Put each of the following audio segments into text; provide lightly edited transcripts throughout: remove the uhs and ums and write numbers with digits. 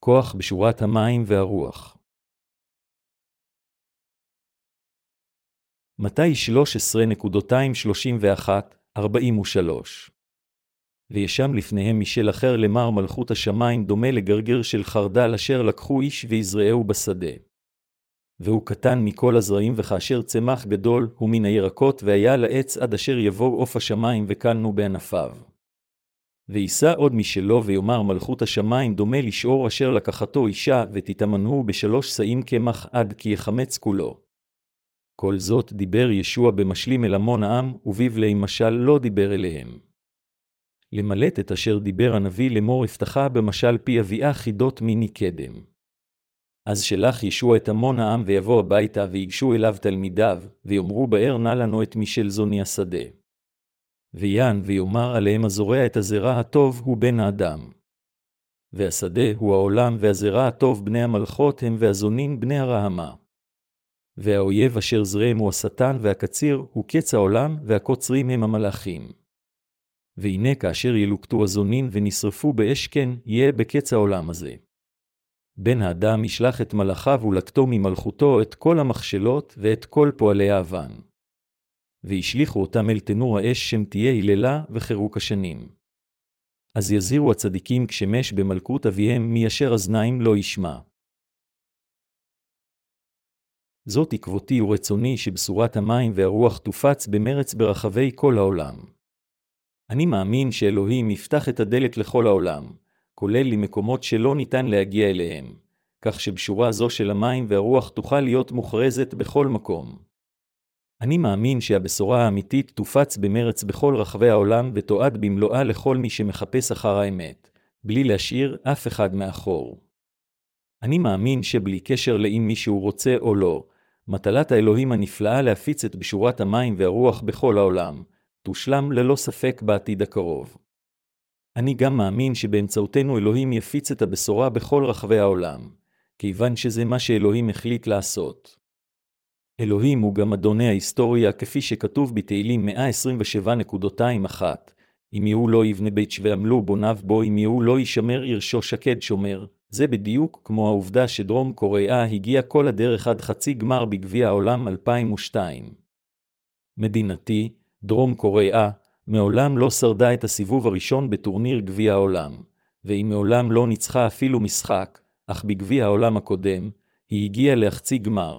כוח בשורת המים והרוח. מתי 13.231-43 וישם לפניהם משל אחר למר מלכות השמיים דומה לגרגר של חרדל אשר לקחו איש ויזרעהו בשדה. והוא קטן מכל הזרעים וכאשר צמח גדול הוא מן הירקות והיה לעץ עד אשר יבוא עוף השמיים וקלנו בענפיו. וישא עוד משלו ויאמר מלכות השמיים דומה לשעור אשר לקחתו אישה ותתמנו בשלוש שאים קמח עד כי יחמץ כולו. כל זאת דיבר ישוע במשלים אל המון העם ובבלי משל לא דיבר אליהם. למלט את אשר דיבר הנביא לאמור הבטחה במשל פי אביה חידות מיני קדם. אז שלח ישוע את המון העם ויבוא הביתה ויגשו אליו תלמידיו ויאמרו באר נא לנו את משל זוני השדה. ויען ויאמר עליהם הזורע את הזרע הטוב הוא בן האדם. והשדה הוא העולם והזרע הטוב בני המלכות הם והזונין בני הרעמה. והאויב אשר זרעם הוא השטן והקציר הוא קץ העולם והקוצרים הם המלאכים. והנה כאשר ילוקטו הזונין ונשרפו באש כן יהיה בקץ העולם הזה. בן האדם ישלח את מלאכיו ולקטו ממלכותו את כל המכשלות ואת כל פועלי האבן. וישליחו אותם אל תנור האש שם תהיה היללה וחירוק השנים. אז יזהירו הצדיקים כשמש במלכות אביהם מי אשר אזניים לא ישמע. זאת תקוותי ורצוני שבשורת המים והרוח תופץ במרץ ברחבי כל העולם. אני מאמין שאלוהים יפתח את הדלת לכל העולם, כולל למקומות שלא ניתן להגיע אליהם, כך שבשורה זו של המים והרוח תוכל להיות מוכרזת בכל מקום. אני מאמין שהבשורה האמיתית תופץ במרץ בכל רחבי העולם ותועד במלואה לכל מי שמחפש אחר האמת, בלי להשאיר אף אחד מאחור. אני מאמין שבלי קשר לאם מישהו רוצה או לא, מטלת האלוהים הנפלאה להפיץ את בשורת המים והרוח בכל העולם, תושלם ללא ספק בעתיד הקרוב. אני גם מאמין שבאמצעותנו אלוהים יפיץ את הבשורה בכל רחבי העולם, כיוון שזה מה שאלוהים החליט לעשות. אלוהים הוא גם אדוני ההיסטוריה כפי שכתוב בתהילים 127.21, אם יהוא לא יבנה בית ועמלו בוניו בו, אם יהוא לא ישמר עירשו שקד שומר. זה בדיוק כמו העובדה שדרום קוריאה הגיע כל הדרך עד חצי גמר בגביע העולם 2002. מדינתי, דרום קוריאה, מעולם לא שרדה את הסיבוב הראשון בטורניר גביע העולם, והיא מעולם לא ניצחה אפילו משחק, אך בגביע העולם הקודם, היא הגיעה לחצי גמר.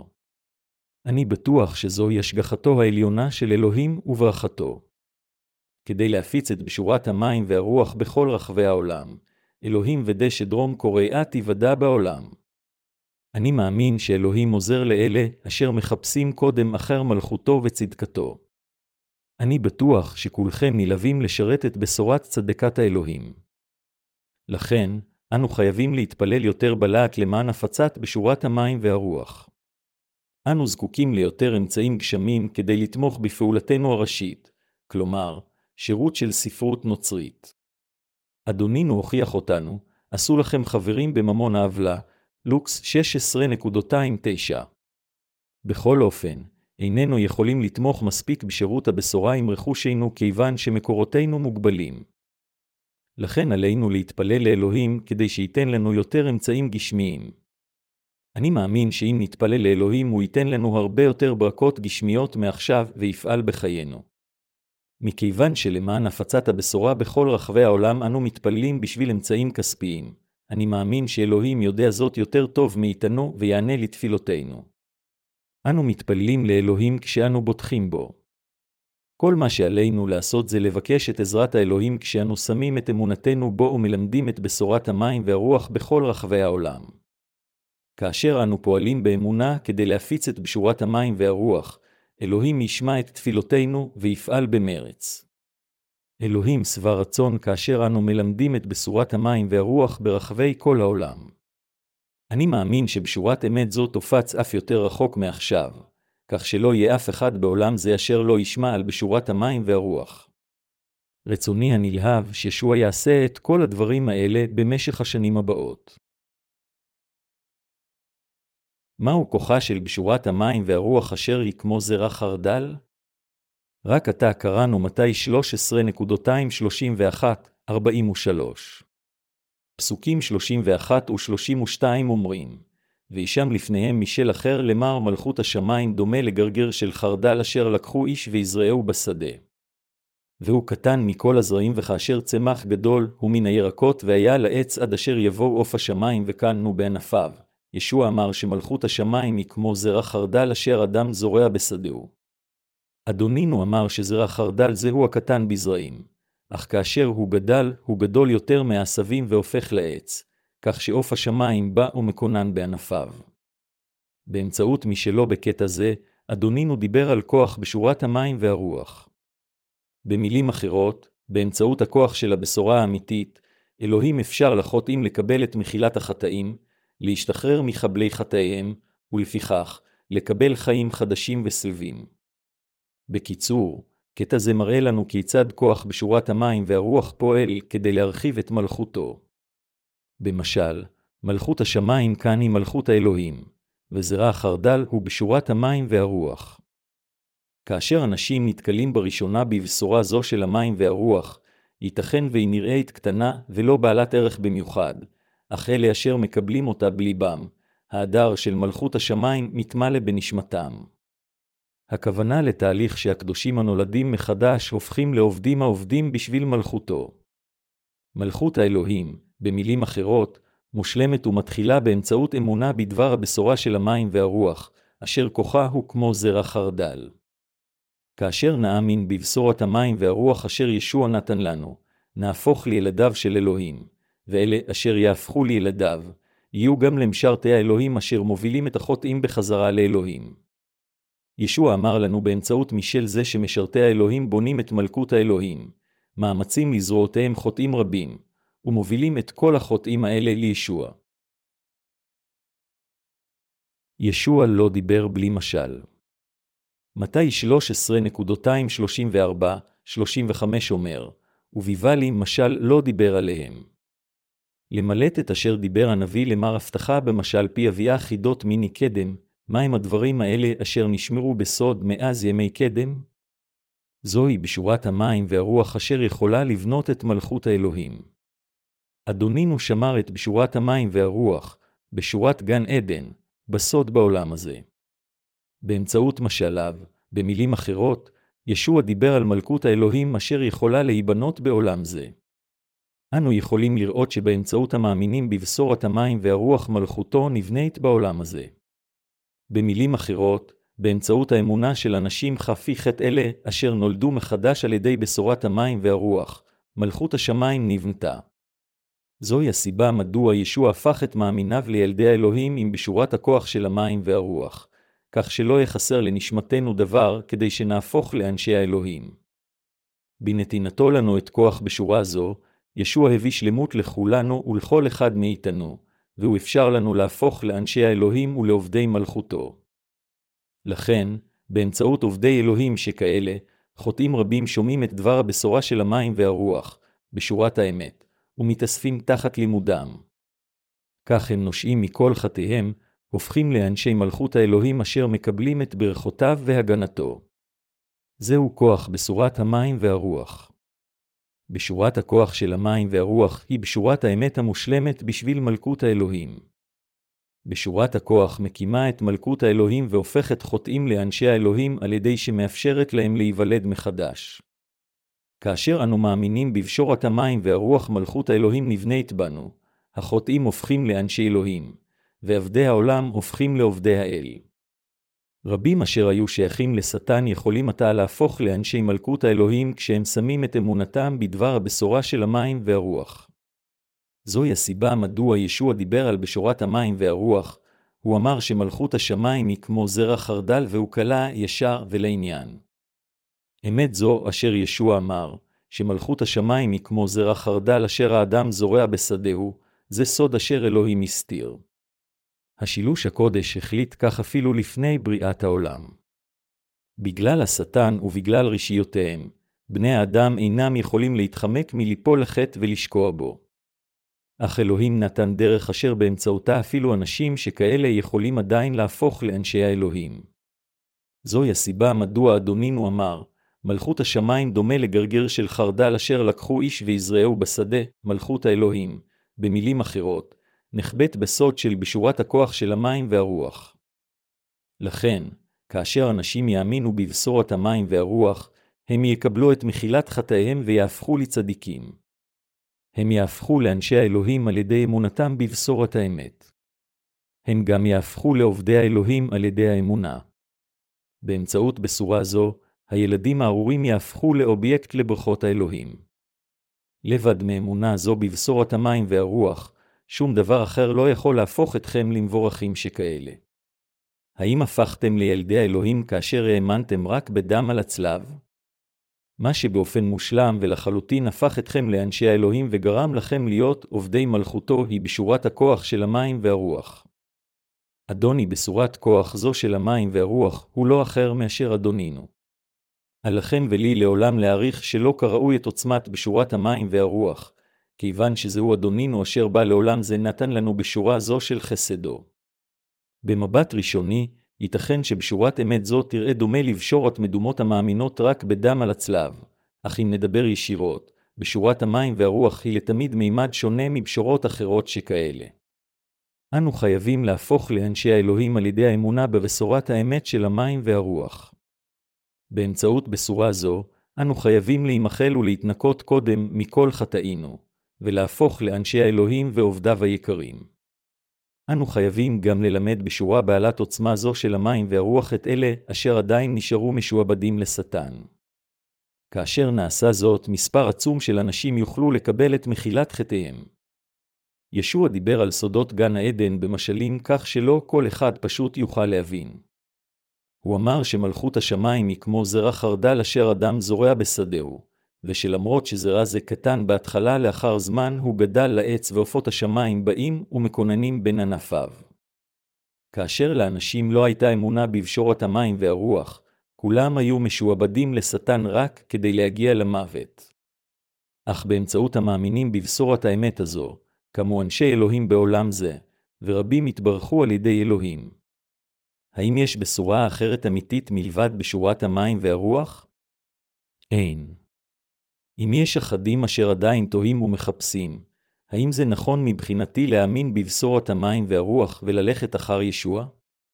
אני בטוח שזוהי השגחתו העליונה של אלוהים וברכתו. כדי להפיץ את בשורת המים והרוח בכל רחבי העולם, אלוהים ודא שדרום קוריאה תיוודע בעולם. אני מאמין שאלוהים עוזר לאלה אשר מחפשים קודם אחר מלכותו וצדקתו. אני בטוח שכולכם נלהבים לשרת את בשורת צדקת האלוהים. לכן, אנו חייבים להתפלל יותר בלהט למען הפצת בשורת המים והרוח. אנו זקוקים ליותר אמצעים גשמים כדי לתמוך בפעולתנו הראשית, כלומר, שירות של ספרות נוצרית. אדונינו הוכיח אותנו, עשו לכם חברים בממון העוולה, לוקס 16.29. בכל אופן, איננו יכולים לתמוך מספיק בשירות הבשורה עם רכושנו כיוון שמקורותינו מוגבלים. לכן עלינו להתפלל לאלוהים כדי שייתן לנו יותר אמצעים גשמיים. אני מאמין שאם נתפלל לאלוהים הוא ייתן לנו הרבה יותר ברכות גשמיות מעכשיו ויפעל בחיינו. מכיוון שלמען הפצת הבשורה בכל רחבי העולם אנו מתפללים בשביל אמצעים כספיים, אני מאמין שאלוהים יודע זאת יותר טוב מאיתנו ויענה לתפילותינו. אנו מתפללים לאלוהים כשאנו בוטחים בו. כל מה שעלינו לעשות זה לבקש את עזרת האלוהים כשאנו שמים את אמונתנו בו ומלמדים את בשורת המים והרוח בכל רחבי העולם. כאשר אנו פועלים באמונה כדי להפיץ את בשורת המים והרוח, אלוהים ישמע את תפילותינו ויפעל במרץ. אלוהים שבע רצון כאשר אנו מלמדים את בשורת המים והרוח ברחבי כל העולם. אני מאמין שבשורת אמת זו תופץ אף יותר רחוק מעכשיו, כך שלא יהיה אף אחד בעולם זה אשר לא ישמע על בשורת המים והרוח. רצוני הנלהב שישוע יעשה את כל הדברים האלה במשך השנים הבאות. מהו כוחה של בשורת המים והרוח אשר היא כמו זרע חרדל? רק עתה קראנו מתי 13.231-43. פסוקים 31 ו-32 אומרים, וישם לפניהם משל אחר למר מלכות השמיים דומה לגרגר של חרדל אשר לקחו איש ויזרעהו בשדה. והוא קטן מכל הזרעים וכאשר צמח גדול הוא מן הירקות והיה לעץ עד אשר יבוא עוף השמיים וקנו בענפיו. ישוע אמר שמלכות השמיים היא כמו זרע חרדל אשר אדם זורע בשדהו. אדונינו אמר שזרע חרדל זהו הקטן בזרעים, אך כאשר הוא גדל הוא גדול יותר מהעשבים והופך לעץ, כך שעוף השמיים בא ומקונן בענפיו. באמצעות משלו בקטע זה, אדונינו דיבר על כוח בשורת המים והרוח. במילים אחרות, באמצעות הכוח של הבשורה האמיתית, אלוהים אפשר לחוטאים לקבל את מחילת החטאים, להשתחרר מחבלי חטאיהם, ולפיכך, לקבל חיים חדשים וסלבים. בקיצור, קטע זה מראה לנו כיצד כוח בשורת המים והרוח פועל כדי להרחיב את מלכותו. במשל, מלכות השמיים כאן היא מלכות האלוהים, וזרע החרדל הוא בשורת המים והרוח. כאשר אנשים נתקלים בראשונה בבשורה זו של המים והרוח, ייתכן והיא נראית קטנה ולא בעלת ערך במיוחד, אך אלה אשר מקבלים אותה בליבם, ההדר של מלכות השמיים מתמלא בנשמתם. הכוונה לתהליך שהקדושים הנולדים מחדש הופכים לעובדים העובדים בשביל מלכותו. מלכות האלוהים, במילים אחרות, מושלמת ומתחילה באמצעות אמונה בדבר הבשורה של המים והרוח, אשר כוחה הוא כמו זרע חרדל. כאשר נאמין בבשורת המים והרוח אשר ישוע נתן לנו, נהפוך לילדיו של אלוהים, ואלה אשר יהפכו לילדיו, יהיו גם למשרתי האלוהים אשר מובילים את החוטאים בחזרה לאלוהים. ישוע אמר לנו באמצעות משל זה שמשרתי האלוהים בונים את מלכות האלוהים, מאמצים לזרועותיהם חוטאים רבים, ומובילים את כל החוטאים האלה לישוע. ישוע לא דיבר בלי משל. מתי 13:34-35 אומר, וביבה לי משל לא דיבר עליהם. למלט את אשר דיבר הנביא למר הבטחה במשל פי אביה חידות מיני קדם, מהם הדברים האלה אשר נשמרו בסוד מאז ימי קדם? זוהי בשורת המים והרוח אשר יכולה לבנות את מלכות האלוהים. אדונינו שמר את בשורת המים והרוח, בשורת גן עדן, בסוד בעולם הזה. באמצעות משליו, במילים אחרות, ישוע דיבר על מלכות האלוהים אשר יכולה להיבנות בעולם זה. אנו יכולים לראות שבאמצעות המאמינים בבשורת המים והרוח מלכותו נבנית בעולם הזה. במילים אחרות, באמצעות האמונה של אנשים חפי חטא אלה אשר נולדו מחדש על ידי בשורת המים והרוח, מלכות השמיים נבנתה. זוהי הסיבה מדוע ישוע הפך את מאמיניו לילדי האלוהים עם בשורת הכוח של המים והרוח, כך שלא יחסר לנשמתנו דבר כדי שנהפוך לאנשי האלוהים. בנתינתו לנו את כוח בשורה זו, ישוע הביא שלמות לכולנו ולכל אחד מאיתנו, והוא אפשר לנו להפוך לאנשי האלוהים ולעובדי מלכותו. לכן, באמצעות עובדי אלוהים שכאלה, חוטאים רבים שומעים את דבר הבשורה של המים והרוח, בשורת האמת, ומתאספים תחת לימודם. כך הם נושעים מכל חטאיהם, הופכים לאנשי מלכות האלוהים אשר מקבלים את ברכותיו והגנתו. זהו כוח בשורת המים והרוח. בשורת הכוח של המים והרוח היא בשורת האמת המושלמת בשביל מלכות האלוהים. בשורת הכוח מקימה את מלכות האלוהים והופכת חוטאים לאנשי האלוהים על ידי שמאפשרת להם להיוולד מחדש. כאשר אנו מאמינים בבשורת המים והרוח מלכות האלוהים נבנית בנו, החוטאים הופכים לאנשי אלוהים, ועבדי העולם הופכים לעובדי האל. רבים אשר היו שייכים לשטן יכולים עתה להפוך לאנשי מלכות האלוהים כשהם שמים את אמונתם בדבר הבשורה של המים והרוח. זוהי הסיבה מדוע ישוע דיבר על בשורת המים והרוח, הוא אמר שמלכות השמיים היא כמו זרע חרדל והוא קלה, ישר ולעניין. אמת זו אשר ישוע אמר, שמלכות השמיים היא כמו זרע חרדל אשר האדם זורע בשדהו, זה סוד אשר אלוהים הסתיר. השילוש הקודש החליט כך אפילו לפני בריאת העולם. בגלל השטן ובגלל רשיותיהם, בני האדם אינם יכולים להתחמק מליפול לחטא ולשקוע בו. אך אלוהים נתן דרך אשר באמצעותה אפילו אנשים שכאלה יכולים עדיין להפוך לאנשי האלוהים. זוהי הסיבה מדוע אדונינו אמר, מלכות השמיים דומה לגרגר של חרדל אשר לקחו איש ויזרעהו בשדה, מלכות האלוהים, במילים אחרות, נחבט בסוד של בשורת הכוח של המים והרוח. לכן, כאשר אנשים יאמינו בבשורת המים והרוח, הם יקבלו את מחילת חטאיהם ויהפכו לצדיקים. הם יהפכו לאנשי האלוהים על ידי אמונתם בבשורת האמת. הם גם יהפכו לעובדי האלוהים על ידי האמונה. באמצעות בשורה זו, הילדים הארורים יהפכו לאובייקט לברכות האלוהים. לבד מאמונה זו בבשורת המים והרוח, שום דבר אחר לא יכול להפוך אתכם למבורכים שכאלה. האם הפכתם לילדי האלוהים כאשר האמנתם רק בדם על הצלב? מה שבאופן מושלם ולחלוטין הפך אתכם לאנשי האלוהים וגרם לכם להיות עובדי מלכותו היא בשורת הכוח של המים והרוח. אדוני בשורת כוח זו של המים והרוח הוא לא אחר מאשר אדונינו. עליכם ולי לעולם להעריך שלא כראוי את עוצמת בשורת המים והרוח, כיוון שזהו אדונינו אשר בא לעולם זה נתן לנו בשורה זו של חסדו. במבט ראשוני, ייתכן שבשורת אמת זו תראה דומה לבשורת מדומות המאמינות רק בדם על הצלב, אך אם נדבר ישירות, בשורת המים והרוח היא לתמיד מימד שונה מבשורות אחרות שכאלה. אנו חייבים להפוך לאנשי האלוהים על ידי האמונה בבשורת האמת של המים והרוח. באמצעות בשורה זו, אנו חייבים להימחל ולהתנקות קודם מכל חטאינו, ולהפוך לאנשי האלוהים ועובדיו היקרים. אנו חייבים גם ללמד בשורה בעלת עוצמה זו של המים והרוח את אלה אשר עדיין נשארו משועבדים לשטן. כאשר נעשה זאת, מספר עצום של אנשים יוכלו לקבל את מחילת חטאיהם. ישוע דיבר על סודות גן העדן במשלים כך שלא כל אחד פשוט יוכל להבין. הוא אמר שמלכות השמיים היא כמו זרע חרדל אשר אדם זורע בשדהו, ושלמרות שזרע זה קטן בהתחלה לאחר זמן הוא גדל לעץ ועופות השמיים באים ומקוננים בין ענפיו. כאשר לאנשים לא הייתה אמונה בבשורת המים והרוח, כולם היו משועבדים לשטן רק כדי להגיע למוות. אך באמצעות המאמינים בבשורת האמת הזו, קמו אנשי אלוהים בעולם זה, ורבים התברכו על ידי אלוהים. האם יש בשורה אחרת אמיתית מלבד בשורת המים והרוח? אין. אם יש אחדים אשר עדיין תוהים ומחפשים, האם זה נכון מבחינתי להאמין בבשורת המים והרוח וללכת אחר ישוע?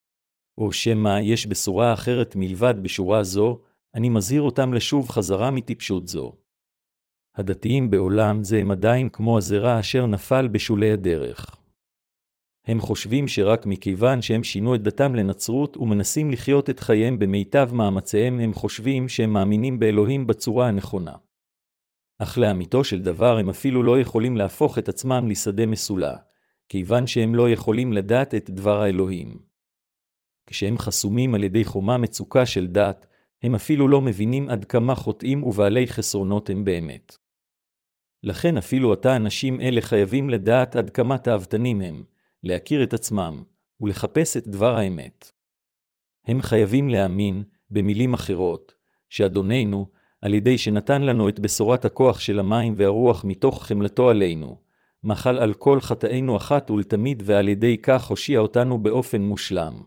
או שמא יש בשורה אחרת מלבד בשורה זו, אני מזהיר אותם לשוב חזרה מטיפשות זו. הדתיים בעולם זה הם עדיין כמו הזרע אשר נפל בשולי הדרך. הם חושבים שרק מכיוון שהם שינו את דתם לנצרות ומנסים לחיות את חייהם במיטב מאמציהם, הם חושבים שהם מאמינים באלוהים בצורה הנכונה. אך לאמיתו של דבר הם אפילו לא יכולים להפוך את עצמם לשדה מסולה, כיוון שהם לא יכולים לדעת את דבר האלוהים. כשהם חסומים על ידי חומה מצוקה של דת, הם אפילו לא מבינים עד כמה חוטאים ובעלי חסרונות הם באמת. לכן אפילו עתה אנשים אלה חייבים לדעת עד כמה תאוותנים הם, להכיר את עצמם ולחפש את דבר האמת. הם חייבים להאמין, במילים אחרות, שאדוננו, על ידי שנתן לנו את בשורת הכוח של המים והרוח מתוך חמלתו עלינו, מחל על כל חטאינו אחת ולתמיד ועל ידי כך הושיע אותנו באופן מושלם.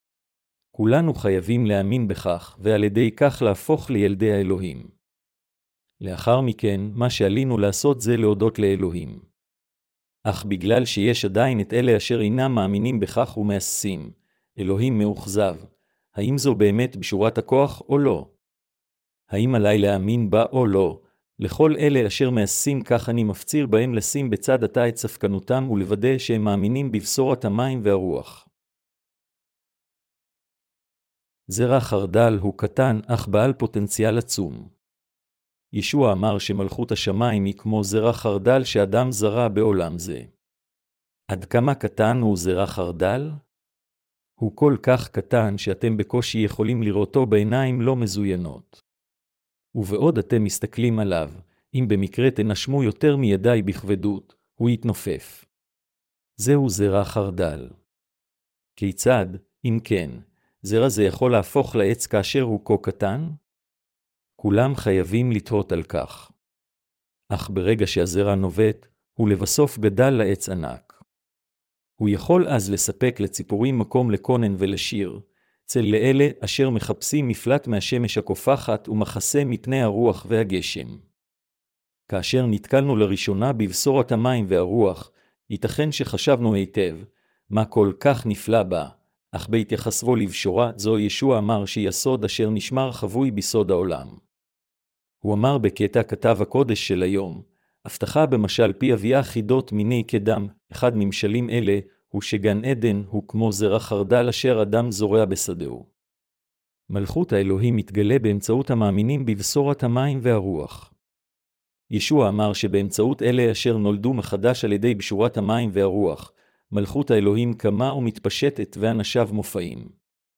כולנו חייבים להאמין בכך ועל ידי כך להפוך לילדי האלוהים. לאחר מכן, מה שעלינו לעשות זה להודות לאלוהים. אך בגלל שיש עדיין את אלה אשר אינם מאמינים בכך ומעשים, אלוהים מאוכזב. האם זו באמת בשורת הכוח או לא? האם עליי להאמין בה או לא? לכל אלה אשר מעשים כך אני מפציר בהם לשים בצד עתה את ספקנותם ולוודא שהם מאמינים בבשורת המים והרוח. זרע חרדל הוא קטן אך בעל פוטנציאל עצום. ישוע אמר שמלכות השמיים היא כמו זרע חרדל שאדם זרע בעולם זה. עד כמה קטן הוא זרע חרדל? הוא כל כך קטן שאתם בקושי יכולים לראותו בעיניים לא מזוינות. ובעוד אתם מסתכלים עליו, אם במקרה תנשמו יותר מידי בכבדות, הוא יתנופף. זהו זרע חרדל. כיצד, אם כן, זרע זה יכול להפוך לעץ כאשר הוא כה קטן? כולם חייבים לתהות על כך. אך ברגע שהזרע נובט, הוא לבסוף גדל לעץ ענק. הוא יכול אז לספק לציפורים מקום לקונן ולשיר, צל לאלה אשר מחפשים מפלט מהשמש הקופחת ומחסה מפני הרוח והגשם. כאשר נתקלנו לראשונה בבשורת המים והרוח, ייתכן שחשבנו היטב, מה כל כך נפלא בה, אך בהתייחסו לבשורה זו ישוע אמר שיסוד אשר נשמר חבוי בסוד העולם. הוא אמר בקטע כתב הקודש של היום, הבטחה במשל פי אביה חידות מיני כדם, אחד ממשלים אלה, הוא שגן עדן הוא כמו זרע חרדל אשר אדם זורע בשדהו. מלכות האלוהים מתגלה באמצעות המאמינים בבשורת המים והרוח. ישוע אמר שבאמצעות אלה אשר נולדו מחדש על ידי בשורת המים והרוח, מלכות האלוהים קמה ומתפשטת ואנשיו מופעים.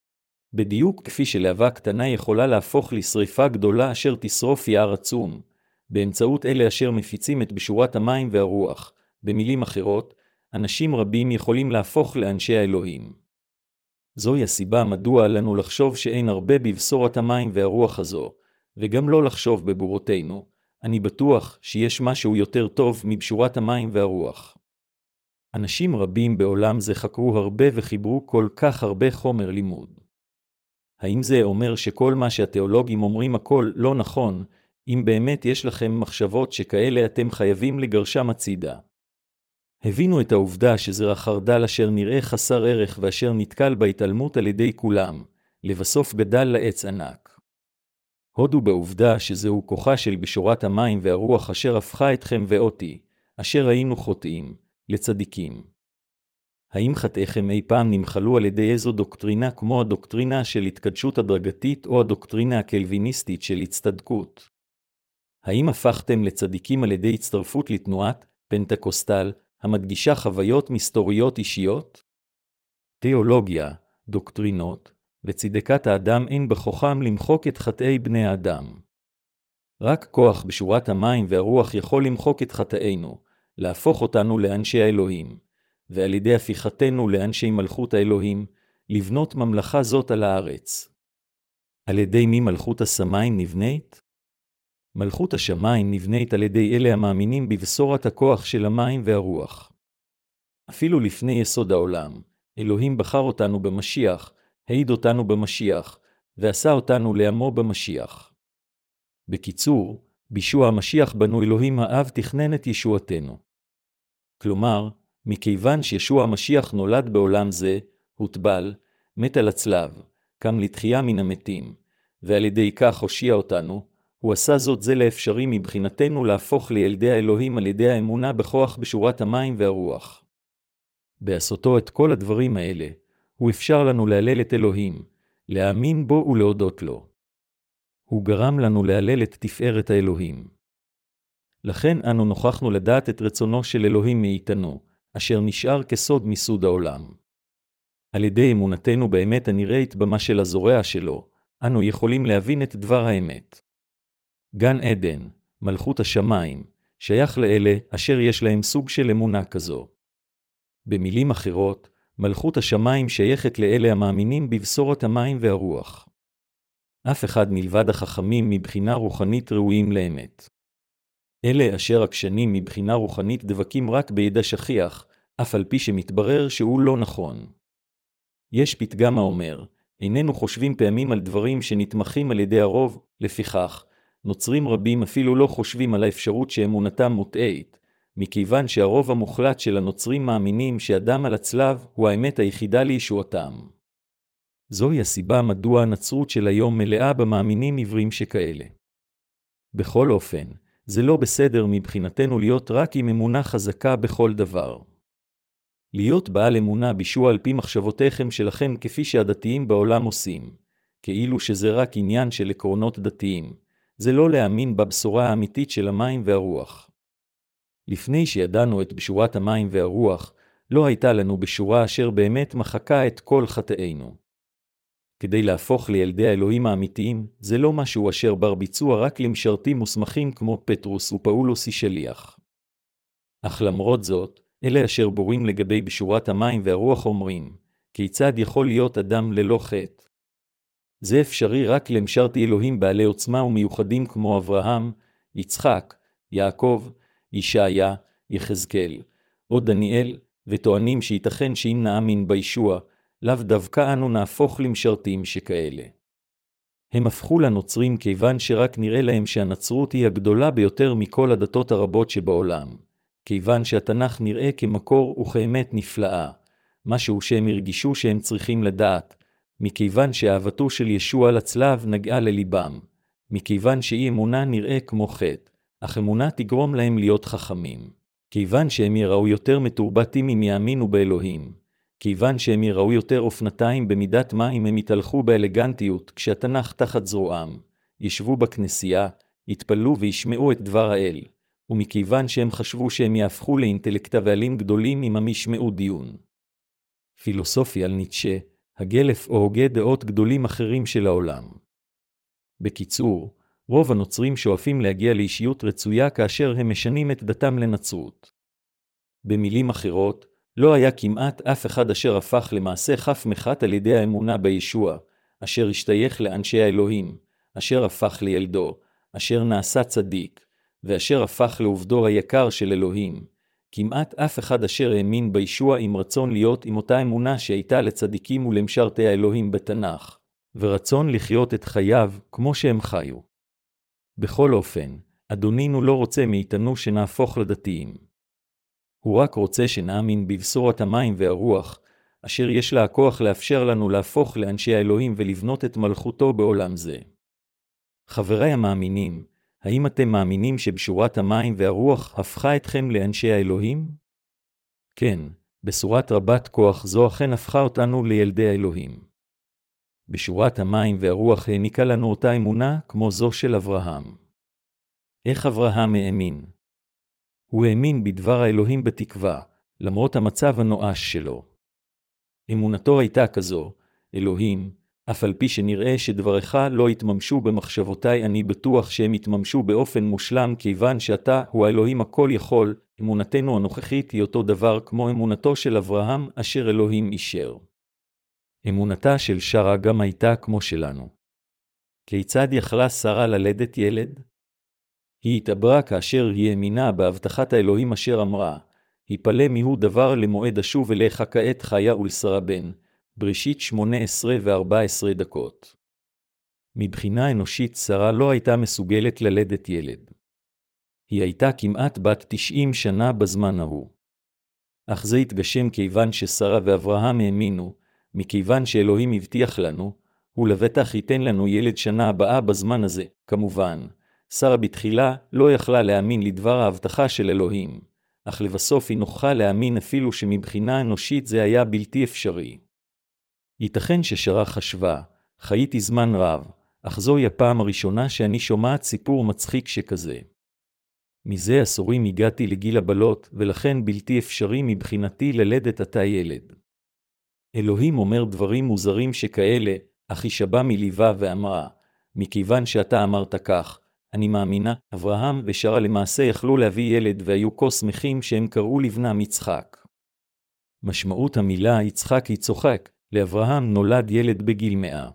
בדיוק כפי שלהבה קטנה יכולה להפוך לשריפה גדולה אשר תשרוף יער עצום, באמצעות אלה אשר מפיצים את בשורת המים והרוח, במילים אחרות, אנשים רבים יכולים להפוך לאנשי האלוהים. זוהי הסיבה מדוע לנו לחשוב שאין הרבה בבשורת המים והרוח הזו, וגם לא לחשוב בבורותינו. אני בטוח שיש משהו יותר טוב מבשורת המים והרוח. אנשים רבים בעולם זה חקרו הרבה וחיברו כל כך הרבה חומר לימוד. האם זה אומר שכל מה שהתיאולוגים אומרים הכל לא נכון? אם באמת יש לכם מחשבות שכאלה אתם חייבים לגרשם הצידה. הבינו את העובדה שזרע חרדל אשר נראה חסר ערך ואשר נתקל בהתעלמות על ידי כולם, לבסוף גדל לעץ ענק. הודו בעובדה שזהו כוחה של בשורת המים והרוח אשר הפכה אתכם ואותי, אשר היינו חוטאים, לצדיקים. האם חטאיכם אי פעם נמחלו על ידי איזו דוקטרינה כמו הדוקטרינה של התקדשות הדרגתית או הדוקטרינה הקלוויניסטית של הצטדקות? האם הפכתם לצדיקים על ידי הצטרפות לתנועת פנטקוסטל, המדגישה חוויות מסתוריות אישיות? תיאולוגיה, דוקטרינות וצדקת האדם אין בכוחם למחוק את חטאי בני האדם. רק כוח בשורת המים והרוח יכול למחוק את חטאינו, להפוך אותנו לאנשי האלוהים, ועל ידי הפיכתנו לאנשי מלכות האלוהים, לבנות ממלכה זאת על הארץ. על ידי מי מלכות השמיים נבנית? מלכות השמיים נבנית על ידי אלה המאמינים בבשורת הכוח של המים והרוח. אפילו לפני יסוד העולם, אלוהים בחר אותנו במשיח, העיד אותנו במשיח, ועשה אותנו לעמו במשיח. בקיצור, בישוע המשיח בנו אלוהים האב תכנן את ישועתנו. כלומר, מכיוון שישוע המשיח נולד בעולם זה, הוטבל, מת על הצלב, קם לתחייה מן המתים, ועל ידי כך הושיע אותנו, הוא עשה זאת זה לאפשרי מבחינתנו להפוך לילדי האלוהים על ידי האמונה בכוח בשורת המים והרוח. בעשותו את כל הדברים האלה, הוא אפשר לנו להלל את אלוהים, להאמין בו ולהודות לו. הוא גרם לנו להלל את תפארת האלוהים. לכן אנו נוכחנו לדעת את רצונו של אלוהים מאיתנו, אשר נשאר כסוד מסוד העולם. על ידי אמונתנו באמת הנראית במה של הזורע שלו, אנו יכולים להבין את דבר האמת. גן עדן, מלכות השמיים, שייך לאלה אשר יש להם סוג של אמונה כזו. במילים אחרות, מלכות השמיים שייכת לאלה המאמינים בבשורת המים והרוח. אף אחד מלבד החכמים מבחינה רוחנית ראויים לאמת. אלה אשר עקשנים מבחינה רוחנית דבקים רק בידע שכיח, אף על פי שמתברר שהוא לא נכון. יש פתגם האומר, איננו חושבים פעמים על דברים שנתמכים על ידי הרוב, לפיכך, נוצרים רבים אפילו לא חושבים על האפשרות שאמונתם מוטעית, מכיוון שהרוב המוחלט של הנוצרים מאמינים שאדם על הצלב הוא האמת היחידה לישועתם. זוהי הסיבה מדוע הנצרות של היום מלאה במאמינים עיוורים שכאלה. בכל אופן, זה לא בסדר מבחינתנו להיות רק עם אמונה חזקה בכל דבר. להיות בעל אמונה בישוע על פי מחשבותיכם שלכם כפי שהדתיים בעולם עושים, כאילו שזה רק עניין של עקרונות דתיים, זה לא להאמין בבשורה האמיתית של המים והרוח. לפני שידענו את בשורת המים והרוח, לא הייתה לנו בשורה אשר באמת מחקה את כל חטאינו. כדי להפוך לילדי האלוהים האמיתיים, זה לא משהו אשר בר ביצוע רק למשרתים מוסמכים כמו פטרוס ופאולוס שליח. אך למרות זאת, אלה אשר בורים לגבי בשורת המים והרוח אומרים, כיצד יכול להיות אדם ללא חטא? זה אפשרי רק למשרתי אלוהים בעלי עוצמה ומיוחדים כמו אברהם, יצחק, יעקב, ישעיה, יחזקאל, או דניאל, וטוענים שייתכן שאם נאמין בישוע, לאו דווקא אנו נהפוך למשרתים שכאלה. הם הפכו לנוצרים כיוון שרק נראה להם שהנצרות היא הגדולה ביותר מכל הדתות הרבות שבעולם, כיוון שהתנ"ך נראה כמקור וכאמת נפלאה, משהו שהם הרגישו שהם צריכים לדעת, מכיוון שאהבתו של ישוע לצלב נגעה לליבם, מכיוון שאי אמונה נראה כמו חטא, אך אמונה תגרום להם להיות חכמים, כיוון שהם יראו יותר מתורבתים אם יאמינו באלוהים, כיוון שהם יראו יותר אופנתיים במידת מה אם הם יתהלכו באלגנטיות כשהתנ"ך תחת זרועם, ישבו בכנסייה, יתפללו וישמעו את דבר האל, ומכיוון שהם חשבו שהם יהפכו לאינטלקטואלים גדולים אם הם ישמעו דיון פילוסופי על ניטשה, הגלף או הוגה דעות גדולים אחרים של העולם. בקיצור, רוב הנוצרים שואפים להגיע לאישיות רצויה כאשר הם משנים את דתם לנצרות. במילים אחרות, לא היה כמעט אף אחד אשר הפך למעשה חף מחטא על ידי האמונה בישוע, אשר השתייך לאנשי האלוהים, אשר הפך לילדו, אשר נעשה צדיק, ואשר הפך לעובדו היקר של אלוהים. כמעט אף אחד אשר האמין בישוע עם רצון להיות עם אותה אמונה שהייתה לצדיקים ולמשרתי האלוהים בתנ"ך, ורצון לחיות את חייו כמו שהם חיו. בכל אופן, אדונינו לא רוצה מאיתנו שנהפוך לדתיים. הוא רק רוצה שנאמין בבשורת המים והרוח, אשר יש לה הכוח לאפשר לנו להפוך לאנשי האלוהים ולבנות את מלכותו בעולם זה. חבריי המאמינים, האם אתם מאמינים שבשורת המים והרוח הפכה אתכם לאנשי האלוהים? כן, בשורת רבת כוח זו אכן הפכה אותנו לילדי האלוהים. בשורת המים והרוח העניקה לנו אותה אמונה כמו זו של אברהם. איך אברהם האמין? הוא האמין בדבר האלוהים בתקווה, למרות המצב הנואש שלו. אמונתו הייתה כזו, אלוהים, אף על פי שנראה שדבריך לא יתממשו במחשבותיי, אני בטוח שהם יתממשו באופן מושלם, כיוון שאתה הוא האלוהים הכל יכול. אמונתנו הנוכחית היא אותו דבר כמו אמונתו של אברהם אשר אלוהים אישר. אמונתה של שרה גם הייתה כמו שלנו. כיצד יכלה שרה ללדת ילד? היא התעברה כאשר היא האמינה בהבטחת האלוהים אשר אמרה, היפלא מיהו דבר למועד אשוב אליך כעת חיה ולשרה בן. בראשית 18:14. מבחינה אנושית שרה לא הייתה מסוגלת ללדת ילד. היא הייתה כמעט בת 90 שנה בזמן ההוא. אך זה התגשם כיוון ששרה ואברהם האמינו, מכיוון שאלוהים הבטיח לנו, הוא לבטח ייתן לנו ילד שנה הבאה בזמן הזה. כמובן, שרה בתחילה לא יכלה להאמין לדבר ההבטחה של אלוהים, אך לבסוף היא נוחה להאמין אפילו שמבחינה אנושית זה היה בלתי אפשרי. ייתכן ששרה חשבה, חייתי זמן רב, אך זוהי הפעם הראשונה שאני שומעת סיפור מצחיק שכזה. מזה עשורים הגעתי לגיל הבלות, ולכן בלתי אפשרי מבחינתי ללדת עתה ילד. אלוהים אומר דברים מוזרים שכאלה, אך היא שבה מליבה ואמרה, מכיוון שאתה אמרת כך, אני מאמינה. אברהם ושרה למעשה יכלו להביא ילד והיו כה שמחים שהם קראו לבנם יצחק. משמעות המילה יצחק היא צוחק. לאברהם נולד ילד בגיל 100.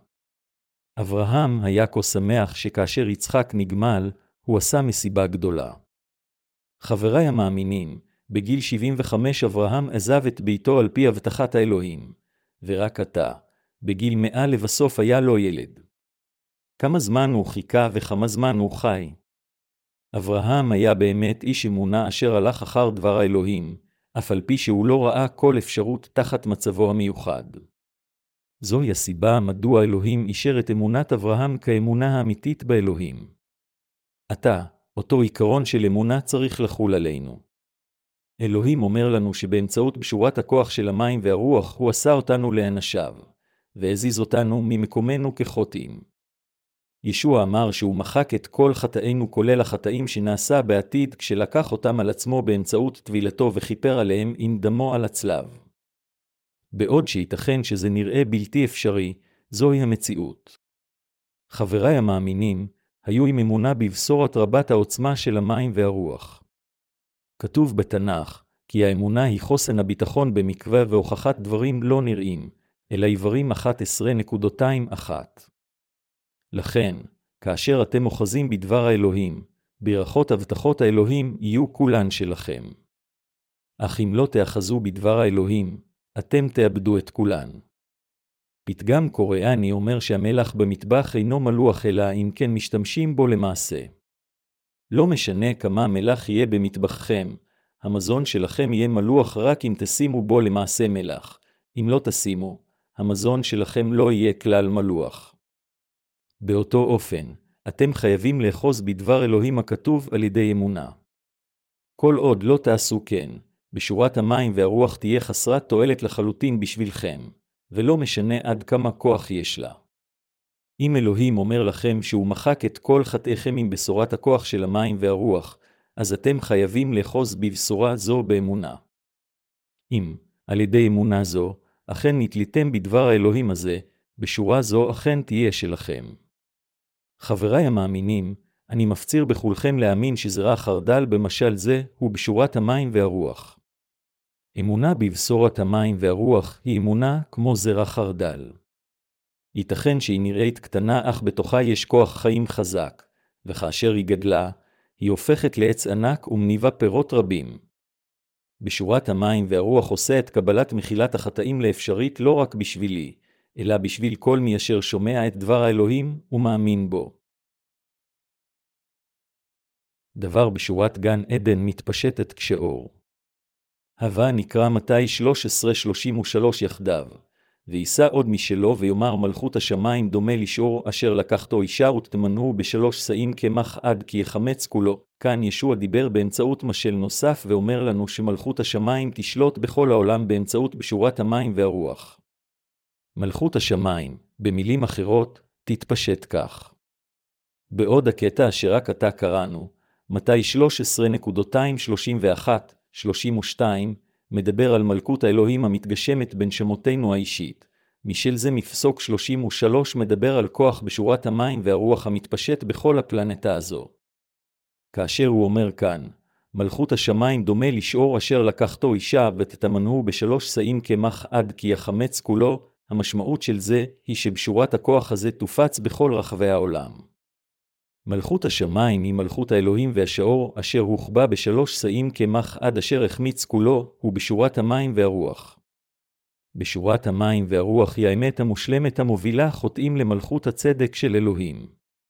אברהם היה כה שמח שכאשר יצחק נגמל, הוא עשה מסיבה גדולה. חבריי המאמינים, בגיל 75 אברהם עזב את ביתו על פי הבטחת האלוהים, ורק עתה, בגיל 100 לבסוף היה לו ילד. כמה זמן הוא חיכה וכמה זמן הוא חי. אברהם היה באמת איש אמונה אשר הלך אחר דבר האלוהים, אף על פי שהוא לא ראה כל אפשרות תחת מצבו המיוחד. זוהי הסיבה מדוע אלוהים אישר את אמונת אברהם כאמונה האמיתית באלוהים. עתה, אותו עיקרון של אמונה צריך לחול עלינו. אלוהים אומר לנו שבאמצעות בשורת הכוח של המים והרוח הוא עשה אותנו לאנשיו, והזיז אותנו ממקומנו כחוטאים. ישוע אמר שהוא מחק את כל חטאינו כולל החטאים שנעשה בעתיד כשלקח אותם על עצמו באמצעות טבילתו וכיפר עליהם עם דמו על הצלב. בעוד שייתכן שזה נראה בלתי אפשרי, זוהי המציאות. חבריי המאמינים, היו עם אמונה בבשורת רבת העוצמה של המים והרוח. כתוב בתנ"ך, כי האמונה היא חוסן הביטחון במקווה והוכחת דברים לא נראים, אלא עברים 11.21. לכן, כאשר אתם אוחזים בדבר האלוהים, ברכות הבטחות האלוהים יהיו כולן שלכם. אך אם לא תאחזו בדבר האלוהים, אתם תאבדו את כולן. פתגם קוריאני אומר שהמלח במטבח אינו מלוח אלא אם כן משתמשים בו למעשה. לא משנה כמה מלח יהיה במטבחכם, המזון שלכם יהיה מלוח רק אם תשימו בו למעשה מלח. אם לא תשימו, המזון שלכם לא יהיה כלל מלוח. באותו אופן, אתם חייבים לאחוז בדבר אלוהים הכתוב על ידי אמונה. כל עוד לא תעשו כן, בשורת המים והרוח תהיה חסרת תועלת לחלוטין בשבילכם, ולא משנה עד כמה כוח יש לה. אם אלוהים אומר לכם שהוא מחק את כל חטאיכם עם בשורת הכוח של המים והרוח, אז אתם חייבים לאחוז בבשורה זו באמונה. אם, על ידי אמונה זו, אכן נתליתם בדבר האלוהים הזה, בשורה זו אכן תהיה שלכם. חבריי המאמינים, אני מפציר בכולכם להאמין שזרע חרדל במשל זה הוא בשורת המים והרוח. אמונה בבשורת המים והרוח היא אמונה כמו זרע חרדל. ייתכן שהיא נראית קטנה אך בתוכה יש כוח חיים חזק, וכאשר היא גדלה, היא הופכת לעץ ענק ומניבה פירות רבים. בשורת המים והרוח עושה את קבלת מחילת החטאים לאפשרית לא רק בשבילי, אלא בשביל כל מי אשר שומע את דבר האלוהים ומאמין בו. דבר בשורת גן עדן מתפשטת כשאור. הווה נקרא מתי 13:33 יחדיו, ויישא עוד משלו ויאמר מלכות השמיים דומה לשאור אשר לקחתו אישה ותמנו בשלוש שאים קמח עד כי יחמץ כולו. כאן ישוע דיבר באמצעות משל נוסף ואומר לנו שמלכות השמיים תשלוט בכל העולם באמצעות בשורת המים והרוח. מלכות השמיים, במילים אחרות, תתפשט כך. בעוד הקטע אשר רק עתה קראנו, מתי 13:31-32, מדבר על מלכות האלוהים המתגשמת בנשמותינו האישית. משל זה מפסוק 33 מדבר על כוח בשורת המים והרוח המתפשט בכל הפלנטה הזו. כאשר הוא אומר כאן, מלכות השמיים דומה לשאור אשר לקחתו אישה ותתמנו בשלוש שאים קמח עד כי יחמץ כולו, המשמעות של זה היא שבשורת הכוח הזה תופץ בכל רחבי העולם. מלכות השמיים היא מלכות האלוהים והשאור אשר הוחבא בשלוש שאים קמח עד אשר החמיץ כולו, הוא בשורת המים והרוח. בשורת המים והרוח היא האמת המושלמת המובילה חוטאים למלכות הצדק של אלוהים.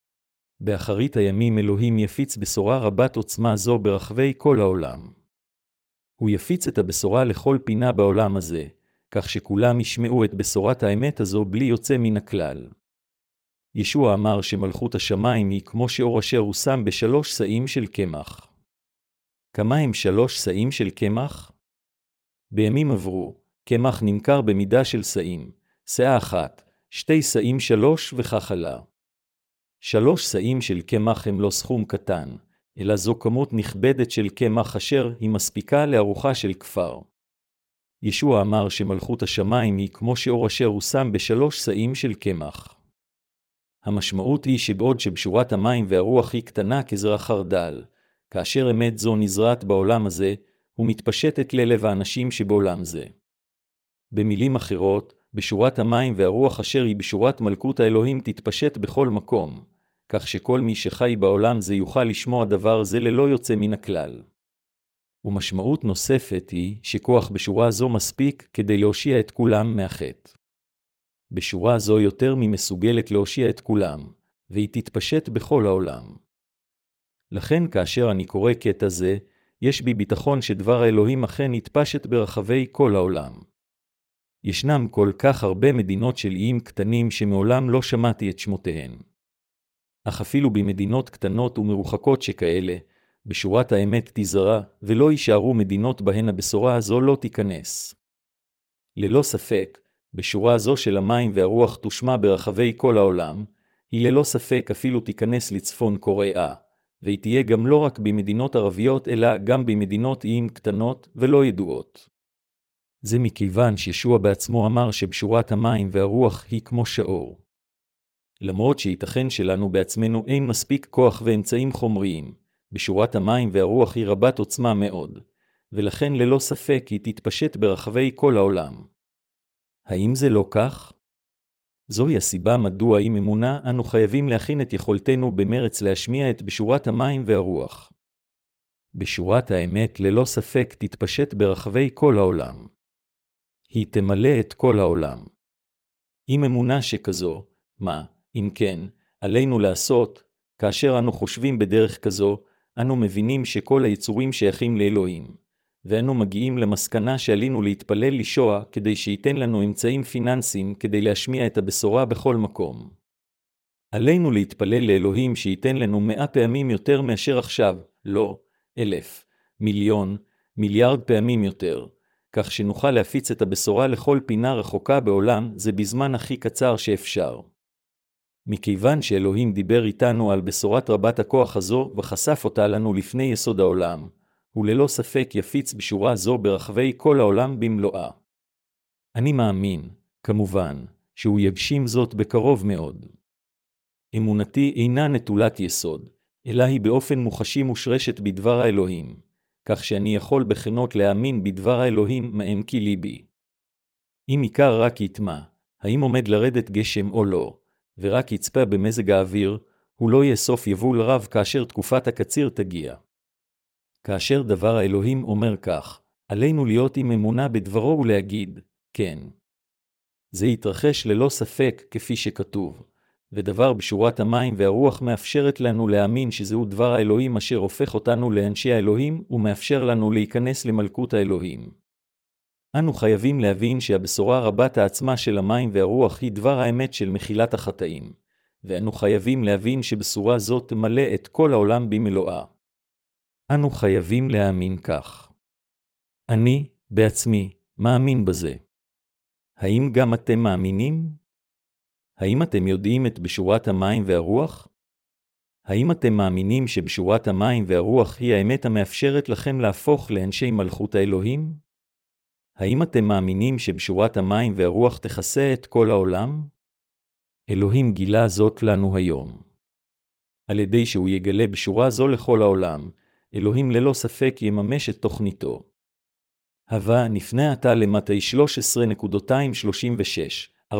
באחרית הימים אלוהים יפיץ בשורה רבת עוצמה זו ברחבי כל העולם. הוא יפיץ את הבשורה לכל פינה בעולם הזה, כך שכולם ישמעו את בשורת האמת הזו בלי יוצא מן הכלל. ישוע אמר שמלכות השמיים היא כמו שאור אשר הוא שם בשלוש שאים של קמח. כמה הם שלוש שאים של קמח? בימים עברו, קמח נמכר במידה של שאים, שאה אחת, שתי שאים שלוש וכך הלאה. שלוש שאים של קמח הם לא סכום קטן, אלא זו כמות נכבדת של קמח אשר היא מספיקה לארוחה של כפר. ישוע אמר שמלכות השמיים היא כמו שאור אשר הוא שם בשלוש שאים של קמח. המשמעות היא שבעוד שבשורת המים והרוח היא קטנה כזרע חרדל, כאשר אמת זו נזרעת בעולם הזה, ומתפשטת ללב האנשים שבעולם זה. במילים אחרות, בשורת המים והרוח אשר היא בשורת מלכות האלוהים תתפשט בכל מקום, כך שכל מי שחי בעולם זה יוכל לשמוע דבר זה ללא יוצא מן הכלל. ומשמעות נוספת היא שכוח בשורה זו מספיק כדי להושיע את כולם מהחטא. בשורה זו יותר ממסוגלת להושיע את כולם, והיא תתפשט בכל העולם. לכן כאשר אני קורא קטע זה, יש בי ביטחון שדבר האלוהים אכן יתפשט ברחבי כל העולם. ישנם כל כך הרבה מדינות של איים קטנים שמעולם לא שמעתי את שמותיהן. אך אפילו במדינות קטנות ומרוחקות שכאלה, בשורת האמת תזרע, ולא יישארו מדינות בהן הבשורה הזו לא תיכנס. ללא ספק, בשורה זו של המים והרוח תושמע ברחבי כל העולם, היא ללא ספק אפילו תיכנס לצפון קוריאה, והיא תהיה גם לא רק במדינות ערביות אלא גם במדינות איים קטנות ולא ידועות. זה מכיוון שישוע בעצמו אמר שבשורת המים והרוח היא כמו שאור. למרות שייתכן שלנו בעצמנו אין מספיק כוח ואמצעים חומריים, בשורת המים והרוח היא רבת עוצמה מאוד, ולכן ללא ספק היא תתפשט ברחבי כל העולם. האם זה לא כך? זוהי הסיבה מדוע עם אמונה אנו חייבים להכין את יכולתנו במרץ להשמיע את בשורת המים והרוח. בשורת האמת ללא ספק תתפשט ברחבי כל העולם. היא תמלא את כל העולם. עם אמונה שכזו, מה, אם כן, עלינו לעשות, כאשר אנו חושבים בדרך כזו, אנו מבינים שכל היצורים שייכים לאלוהים, ואנו מגיעים למסקנה שעלינו להתפלל לישוע כדי שייתן לנו אמצעים פיננסיים כדי להשמיע את הבשורה בכל מקום. עלינו להתפלל לאלוהים שייתן לנו 100 פעמים יותר מאשר עכשיו, לא 1,000, מיליון, מיליארד פעמים יותר, כך שנוכל להפיץ את הבשורה לכל פינה רחוקה בעולם זה בזמן הכי קצר שאפשר. מכיוון שאלוהים דיבר איתנו על בשורת רבת הכוח הזו וחשף אותה לנו לפני יסוד העולם, הוא ללא ספק יפיץ בשורה זו ברחבי כל העולם במלואה. אני מאמין, כמובן, שהוא יגשים זאת בקרוב מאוד. אמונתי אינה נטולת יסוד, אלא היא באופן מוחשי מושרשת בדבר האלוהים, כך שאני יכול בכנות להאמין בדבר האלוהים מעמקי ליבי. אם עיקר רק יטמע, האם עומד לרדת גשם או לא, ורק יצפה במזג האוויר, הוא לא יאסוף יבול רב כאשר תקופת הקציר תגיע. כאשר דבר האלוהים אומר כך, עלינו להיות עם אמונה בדברו ולהגיד, כן. זה יתרחש ללא ספק כפי שכתוב, ודבר בשורת המים והרוח מאפשרת לנו להאמין שזהו דבר האלוהים אשר הופך אותנו לאנשי האלוהים ומאפשר לנו להיכנס למלכות האלוהים. אנו חייבים להבין שהבשורה רבת העצמה של המים והרוח היא דבר האמת של מחילת החטאים, ואנו חייבים להבין שבשורה זאת תמלא את כל העולם במלואה. אנו חייבים להאמין כך. אני, בעצמי, מאמין בזה. האם גם אתם מאמינים? האם אתם יודעים את בשורת המים והרוח? האם אתם מאמינים שבשורת המים והרוח היא האמת המאפשרת לכם להפוך לאנשי מלכות האלוהים? האם אתם מאמינים שבשורת המים והרוח תכסה את כל העולם? אלוהים גילה זאת לנו היום. על ידי שהוא יגלה בשורה זו לכל העולם, אלוהים ללא ספק יממש את תוכניתו. הווה נפנה עתה למתי 13.236-43,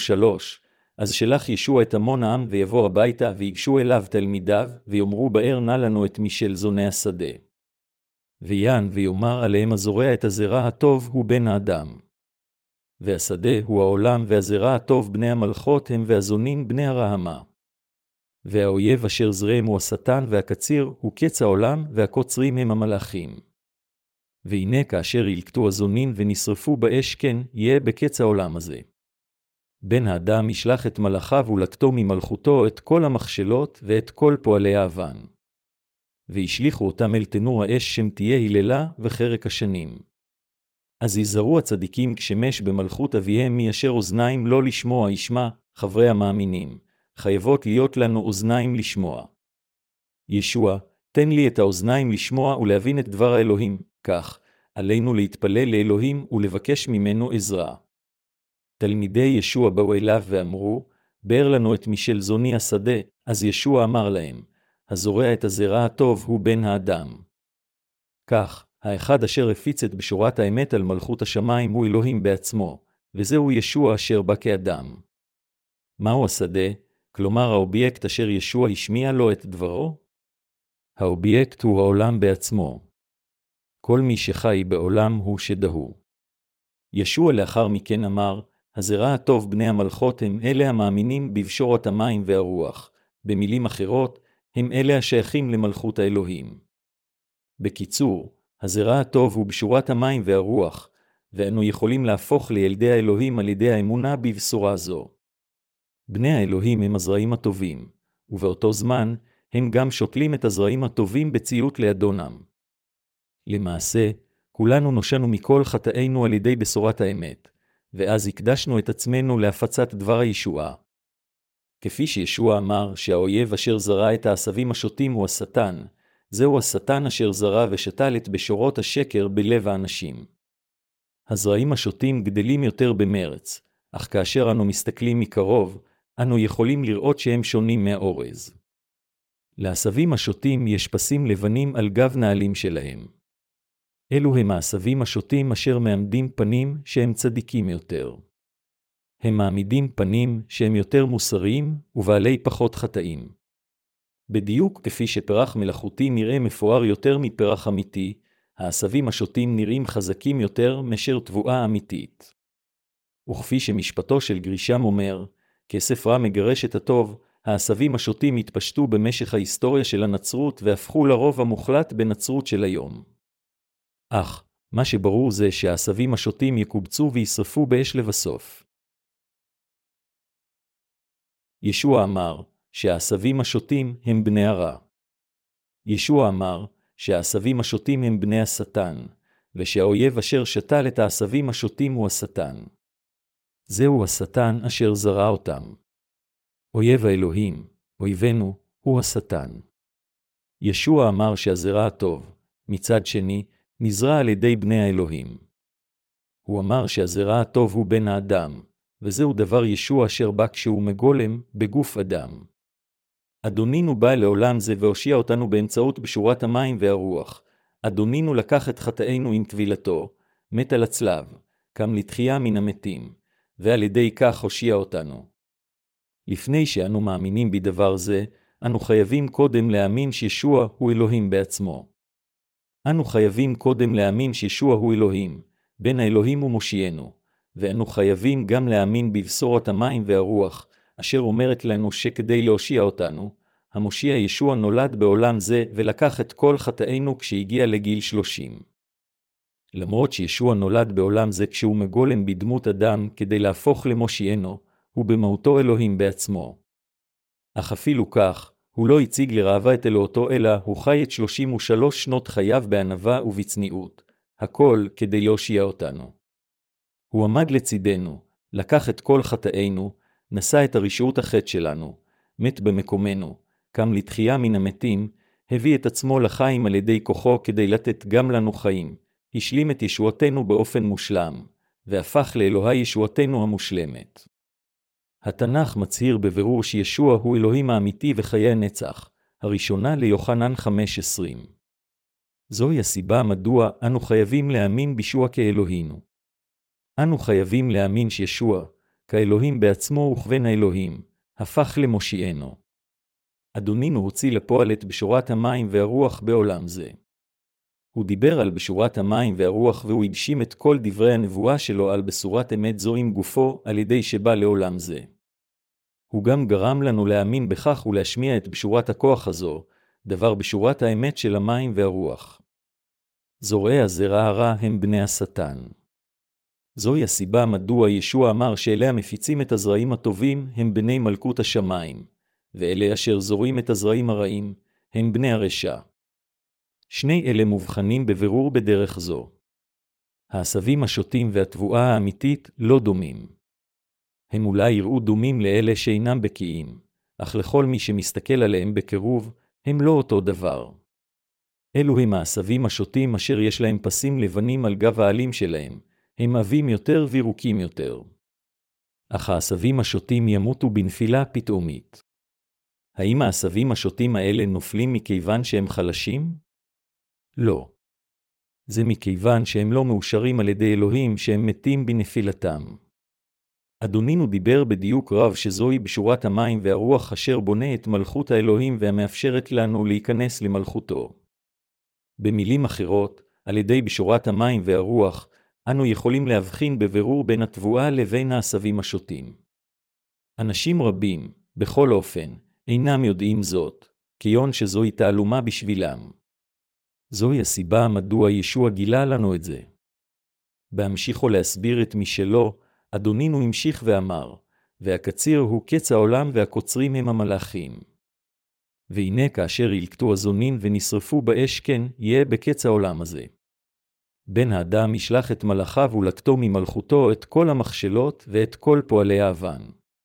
אז שלח ישוע את המון העם ויבוא הביתה ויגשו אליו תלמידיו, ויאמרו באר נא לנו את משל זוני השדה. ויען ויאמר עליהם הזורע את הזרע הטוב הוא בן האדם. והשדה הוא העולם והזרע הטוב בני המלכות הם והזונים בני הרהמה. והאויב אשר זרעם הוא השטן והקציר הוא קץ העולם והקוצרים הם המלאכים. והנה כאשר ילקטו הזונים ונשרפו באש כן יהיה בקץ העולם הזה. בן האדם ישלח את מלאכיו ולקטו ממלכותו את כל המכשלות ואת כל פועלי האבן. וישליחו אותם אל תנור האש שם תהיה היללה וחרק השנים. אז יזהרו הצדיקים כשמש במלכות אביהם מי אשר אוזניים לא לשמוע ישמע, חברי המאמינים, חייבות להיות לנו אוזניים לשמוע. ישוע, תן לי את האוזניים לשמוע ולהבין את דבר האלוהים, כך, עלינו להתפלל לאלוהים ולבקש ממנו עזרה. תלמידי ישוע באו אליו ואמרו, באר לנו את משל זוני השדה, אז ישוע אמר להם, הזורע את הזרע הטוב הוא בן האדם. כך, האחד אשר הפיץ את בשורת האמת על מלכות השמיים הוא אלוהים בעצמו, וזהו ישוע אשר בא כאדם. מהו השדה? כלומר האובייקט אשר ישוע השמיע לו את דברו? האובייקט הוא העולם בעצמו. כל מי שחי בעולם הוא שדהו. ישוע לאחר מכן אמר, הזרע הטוב בני המלכות הם אלה המאמינים בבשורת המים והרוח, במילים אחרות, הם אלה השייכים למלכות האלוהים. בקיצור, הזרע הטוב הוא בשורת המים והרוח, ואנו יכולים להפוך לילדי האלוהים על ידי האמונה בבשורה זו. בני האלוהים הם הזרעים הטובים, ובאותו זמן הם גם שותלים את הזרעים הטובים בציות לאדונם. למעשה, כולנו נושענו מכל חטאינו על ידי בשורת האמת, ואז הקדשנו את עצמנו להפצת דבר הישועה. כפי שישוע אמר שהאויב אשר זרע את העשבים השוטים הוא השטן, זהו השטן אשר זרע ושתל את בשורות השקר בלב האנשים. הזרעים השוטים גדלים יותר במרץ, אך כאשר אנו מסתכלים מקרוב, אנו יכולים לראות שהם שונים מהאורז. לעשבים השוטים יש פסים לבנים על גב נעלים שלהם. אלו הם העשבים השוטים אשר מעמדים פנים שהם צדיקים יותר. הם מעמידים פנים שהם יותר מוסריים ובעלי פחות חטאים. בדיוק כפי שפרח מלאכותי נראה מפואר יותר מפרח אמיתי, העשבים השוטים נראים חזקים יותר מאשר תבואה אמיתית. וכפי שמשפטו של גרישם אומר, כסף רע מגרש את הטוב, העשבים השוטים התפשטו במשך ההיסטוריה של הנצרות והפכו לרוב המוחלט בנצרות של היום. אך, מה שברור זה שהעשבים השוטים יקובצו וישרפו באש לבסוף. ישוע אמר שהעשבים השוטים הם בני הרע. ישוע אמר שהעשבים השוטים הם בני השטן, ושהאויב אשר שתל את העשבים השוטים הוא השטן. זהו השטן אשר זרע אותם. אויב האלוהים, אויבנו, הוא השטן. ישוע אמר שהזרע הטוב, מצד שני, נזרע על ידי בני האלוהים. הוא אמר שהזרע הטוב הוא בן האדם, וזהו דבר ישוע אשר בא כשהוא מגולם בגוף אדם. אדונינו בא לעולם זה והושיע אותנו באמצעות בשורת המים והרוח. אדונינו לקח את חטאינו עם טבילתו, מת על הצלב, קם לתחייה מן המתים, ועל ידי כך הושיע אותנו. לפני שאנו מאמינים בדבר זה, אנו חייבים קודם להאמין שישוע הוא אלוהים בעצמו. אנו חייבים קודם להאמין שישוע הוא אלוהים, בן האלוהים ומושיענו, ואנו חייבים גם להאמין בבשורת המים והרוח, אשר אומרת לנו שכדי להושיע אותנו, המושיע ישוע נולד בעולם זה ולקח את כל חטאינו כשהגיע לגיל 30. למרות שישוע נולד בעולם זה כשהוא מגולם בדמות אדם כדי להפוך למושיענו, הוא במהותו אלוהים בעצמו. אך אפילו כך, הוא לא הציג לראווה את אלוהותו אלא הוא חי את 33 שנות חייו בענווה ובצניעות, הכל כדי להושיע אותנו. הוא עמד לצידנו, לקח את כל חטאינו, נשא את הרשעות החטא שלנו, מת במקומנו, קם לתחייה מן המתים, הביא את עצמו לחיים על ידי כוחו כדי לתת גם לנו חיים, השלים את ישועתנו באופן מושלם, והפך לאלוהי ישועתנו המושלמת. התנ"ך מצהיר בבירור שישוע הוא אלוהים האמיתי וחיי הנצח, הראשונה ליוחנן 5:20. זוהי הסיבה מדוע אנו חייבים להאמין בישוע כאלוהינו. אנו חייבים להאמין שישוע, כאלוהים בעצמו וכבן האלוהים, הפך למושיענו. אדונינו הוציא לפועל את בשורת המים והרוח בעולם זה. הוא דיבר על בשורת המים והרוח והוא הגשים את כל דברי הנבואה שלו על בשורת אמת זו עם גופו על ידי שבא לעולם זה. הוא גם גרם לנו להאמין בכך ולהשמיע את בשורת הכוח הזו, דבר בשורת האמת של המים והרוח. זורעי הזרע הרע הם בני השטן. זוהי הסיבה מדוע ישוע אמר שאלה המפיצים את הזרעים הטובים הם בני מלכות השמיים, ואלה אשר זורעים את הזרעים הרעים הם בני הרשע. שני אלה מובחנים בבירור בדרך זו. העשבים השוטים והתבואה האמיתית לא דומים. הם אולי יראו דומים לאלה שאינם בקיאים, אך לכל מי שמסתכל עליהם בקירוב, הם לא אותו דבר. אלו הם העשבים השוטים אשר יש להם פסים לבנים על גב העלים שלהם, הם עבים יותר וירוקים יותר. אך העשבים השוטים ימותו בנפילה פתאומית. האם העשבים השוטים האלה נופלים מכיוון שהם חלשים? לא. זה מכיוון שהם לא מאושרים על ידי אלוהים שהם מתים בנפילתם. אדונינו דיבר בדיוק רב שזוהי בשורת המים והרוח אשר בונה את מלכות האלוהים והמאפשרת לנו להיכנס למלכותו. במילים אחרות, על ידי בשורת המים והרוח, אנו יכולים להבחין בבירור בין התבואה לבין העשבים השוטים. אנשים רבים, בכל אופן, אינם יודעים זאת, כיון שזוהי תעלומה בשבילם. זוהי הסיבה מדוע ישוע גילה לנו את זה. בהמשיכו להסביר את משלו, אדונינו המשיך ואמר, והקציר הוא קץ העולם והקוצרים הם המלאכים. והנה כאשר ילקטו הזונים ונשרפו באש כן יהיה בקץ העולם הזה. בן האדם ישלח את מלאכיו ולקטו ממלכותו את כל המכשלות ואת כל פועלי האבן.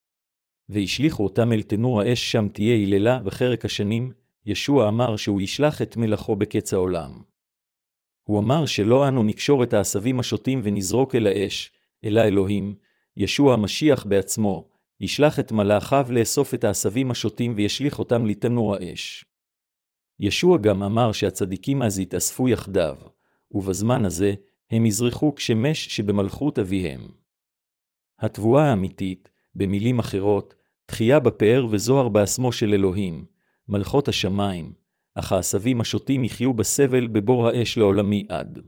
וישליחו אותם אל תנור האש שם תהיה היללה וחרק השנים, ישוע אמר שהוא ישלח את מלאכו בקץ העולם. הוא אמר שלא אנו נקשור את העשבים השוטים ונזרוק אל האש, אלא אלוהים, ישוע המשיח בעצמו, ישלח את מלאכיו לאסוף את העשבים השוטים וישליך אותם לתנור האש. ישוע גם אמר שהצדיקים אז יתאספו יחדיו, ובזמן הזה הם יזרחו כשמש שבמלכות אביהם. התבואה האמיתית, במילים אחרות, תחייה בפאר וזוהר בעצמו של אלוהים, מלכות השמיים, אך העשבים השוטים יחיו בסבל בבור האש לעולמי עד.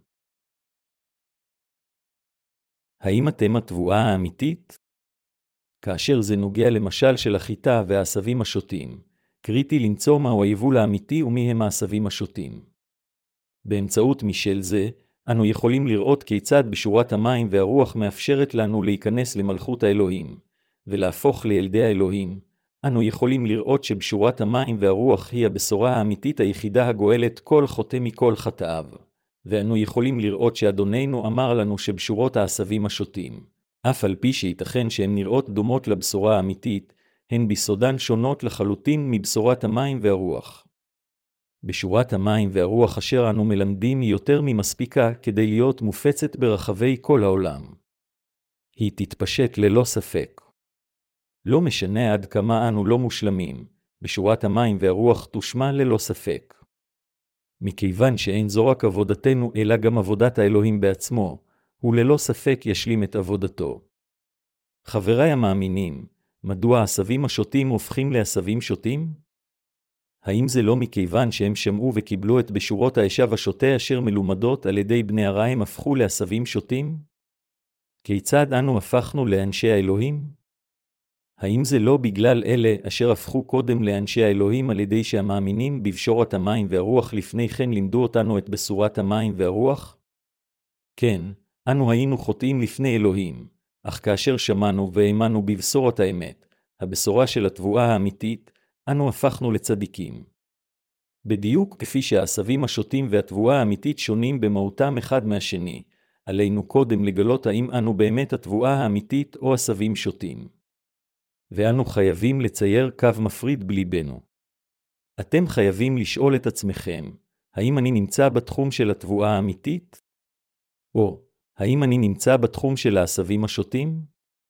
האם אתם התבואה האמיתית? כאשר זה נוגע למשל של החיטה והעשבים השוטים, קריטי למצוא מהו היבול האמיתי ומי הם העשבים השוטים. באמצעות משל זה, אנו יכולים לראות כיצד בשורת המים והרוח מאפשרת לנו להיכנס למלכות האלוהים, ולהפוך לילדי האלוהים. אנו יכולים לראות שבשורת המים והרוח היא הבשורה האמיתית היחידה הגואלת כל חוטא מכל חטאיו. ואנו יכולים לראות שאדוננו אמר לנו שבשורות העשבים השוטים, אף על פי שייתכן שהן נראות דומות לבשורה האמיתית, הן ביסודן שונות לחלוטין מבשורת המים והרוח. בשורת המים והרוח אשר אנו מלמדים היא יותר ממספיקה כדי להיות מופצת ברחבי כל העולם. היא תתפשט ללא ספק. לא משנה עד כמה אנו לא מושלמים, בשורת המים והרוח תושמע ללא ספק. מכיוון שאין זו רק עבודתנו אלא גם עבודת האלוהים בעצמו, הוא ללא ספק ישלים את עבודתו. חבריי המאמינים, מדוע העשבים השוטים הופכים לעשבים שוטים? האם זה לא מכיוון שהם שמעו וקיבלו את בשורות העשב השוטה אשר מלומדות על ידי בני הרעים הפכו לעשבים שוטים? כיצד אנו הפכנו לאנשי האלוהים? האם זה לא בגלל אלה אשר הפכו קודם לאנשי האלוהים על ידי שהמאמינים בבשורת המים והרוח לפני כן לימדו אותנו את בשורת המים והרוח? כן, אנו היינו חוטאים לפני אלוהים, אך כאשר שמענו והאמנו בבשורת האמת, הבשורה של התבואה האמיתית, אנו הפכנו לצדיקים. בדיוק כפי שהעשבים השוטים והתבואה האמיתית שונים במהותם אחד מהשני, עלינו קודם לגלות האם אנו באמת התבואה האמיתית או עשבים שוטים. ואנו חייבים לצייר קו מפריד בליבנו. אתם חייבים לשאול את עצמכם, האם אני נמצא בתחום של התבואה האמיתית? או, האם אני נמצא בתחום של העשבים השוטים?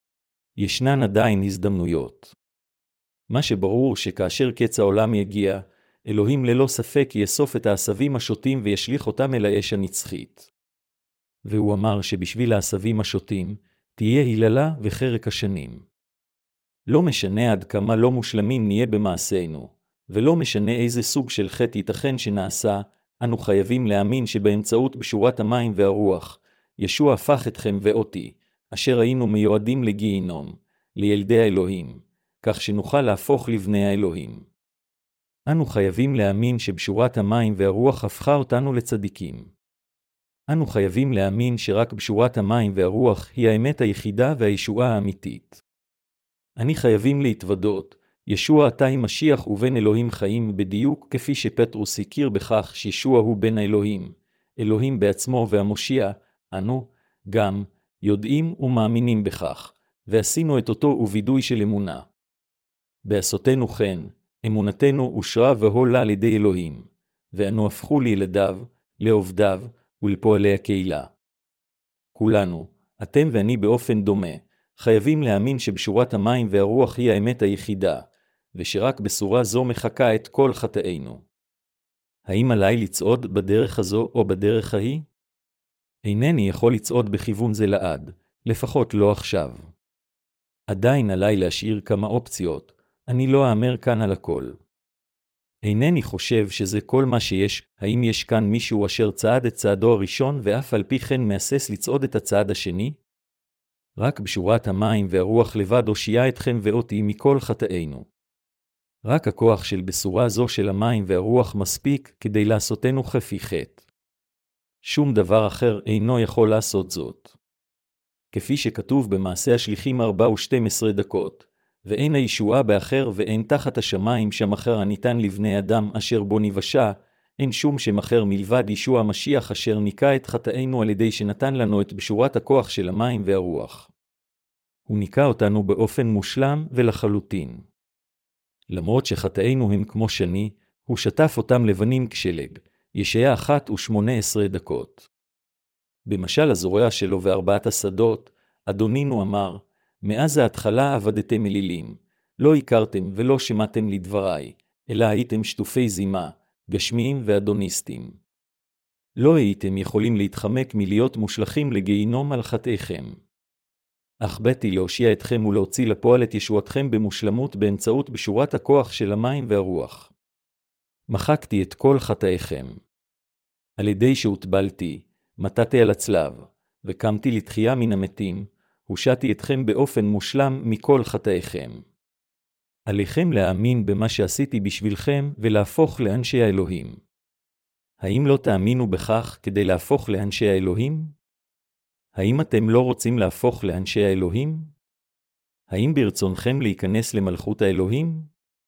ישנן עדיין הזדמנויות. מה שברור שכאשר קץ העולם יגיע, אלוהים ללא ספק יאסוף את העשבים השוטים וישליך אותם אל האש הנצחית. והוא אמר שבשביל העשבים השוטים, תהיה היללה וחרק השנים. לא משנה עד כמה לא מושלמים נהיה במעשינו, ולא משנה איזה סוג של חטא ייתכן שנעשה, אנו חייבים להאמין שבאמצעות בשורת המים והרוח, ישוע הפך אתכם ואותי, אשר היינו מיועדים לגיהינום, לילדי האלוהים, כך שנוכל להפוך לבני האלוהים. אנו חייבים להאמין שבשורת המים והרוח הפכה אותנו לצדיקים. אנו חייבים להאמין שרק בשורת המים והרוח היא האמת היחידה והישועה האמיתית. אני חייבים להתוודות, ישוע אתה היא משיח ובן אלוהים חיים בדיוק כפי שפטרוס הכיר בכך שישוע הוא בן האלוהים, אלוהים בעצמו והמושיע, אנו, גם, יודעים ומאמינים בכך, ועשינו את אותו ובידוי של אמונה. בעשותנו כן, אמונתנו אושרה והולה על ידי אלוהים, ואנו הפכו לילדיו, לעובדיו ולפועלי הקהילה. כולנו, אתם ואני באופן דומה, חייבים להאמין שבשורת המים והרוח היא האמת היחידה, ושרק בשורה זו מחכה את כל חטאינו. האם עליי לצעוד בדרך הזו או בדרך ההיא? אינני יכול לצעוד בכיוון זה לעד, לפחות לא עכשיו. עדיין עליי להשאיר כמה אופציות, אני לא אאמר כאן על הכל. אינני חושב שזה כל מה שיש, האם יש כאן מישהו אשר צעד את צעדו הראשון ואף על פי כן מאסס לצעוד את הצעד השני? רק בשורת המים והרוח לבד הושיע אתכם ואותי מכל חטאינו. רק הכוח של בשורה זו של המים והרוח מספיק כדי לעשותנו חפי חטא. שום דבר אחר אינו יכול לעשות זאת. כפי שכתוב במעשה השליחים 4:12, ואין הישועה באחר ואין תחת השמיים שם אחר הניתן לבני אדם אשר בו נבשע, אין שום שם אחר מלבד ישוע המשיח אשר ניקה את חטאינו על ידי שנתן לנו את בשורת הכוח של המים והרוח. הוא ניקה אותנו באופן מושלם ולחלוטין. למרות שחטאינו הם כמו שני, הוא שטף אותם לבנים כשלג, ישעיה 1:18. במשל הזורע שלו וארבעת השדות, אדונינו אמר, מאז ההתחלה עבדתם אלילים, לא הכרתם ולא שמעתם לדבריי, אלא הייתם שטופי זימה, גשמיים ואדוניסטים. לא הייתם יכולים להתחמק מלהיות מושלכים לגיהינום על חטאיכם. אך באתי להושיע אתכם ולהוציא לפועל את ישועתכם במושלמות באמצעות בשורת הכוח של המים והרוח. מחקתי את כל חטאיכם. על ידי שהוטבלתי, מתתי על הצלב, וקמתי לתחייה מן המתים, הושעתי אתכם באופן מושלם מכל חטאיכם. עליכם להאמין במה שעשיתי בשבילכם ולהפוך לאנשי האלוהים. האם לא תאמינו בכך כדי להפוך לאנשי האלוהים? האם אתם לא רוצים להפוך לאנשי האלוהים? האם ברצונכם להיכנס למלכות האלוהים?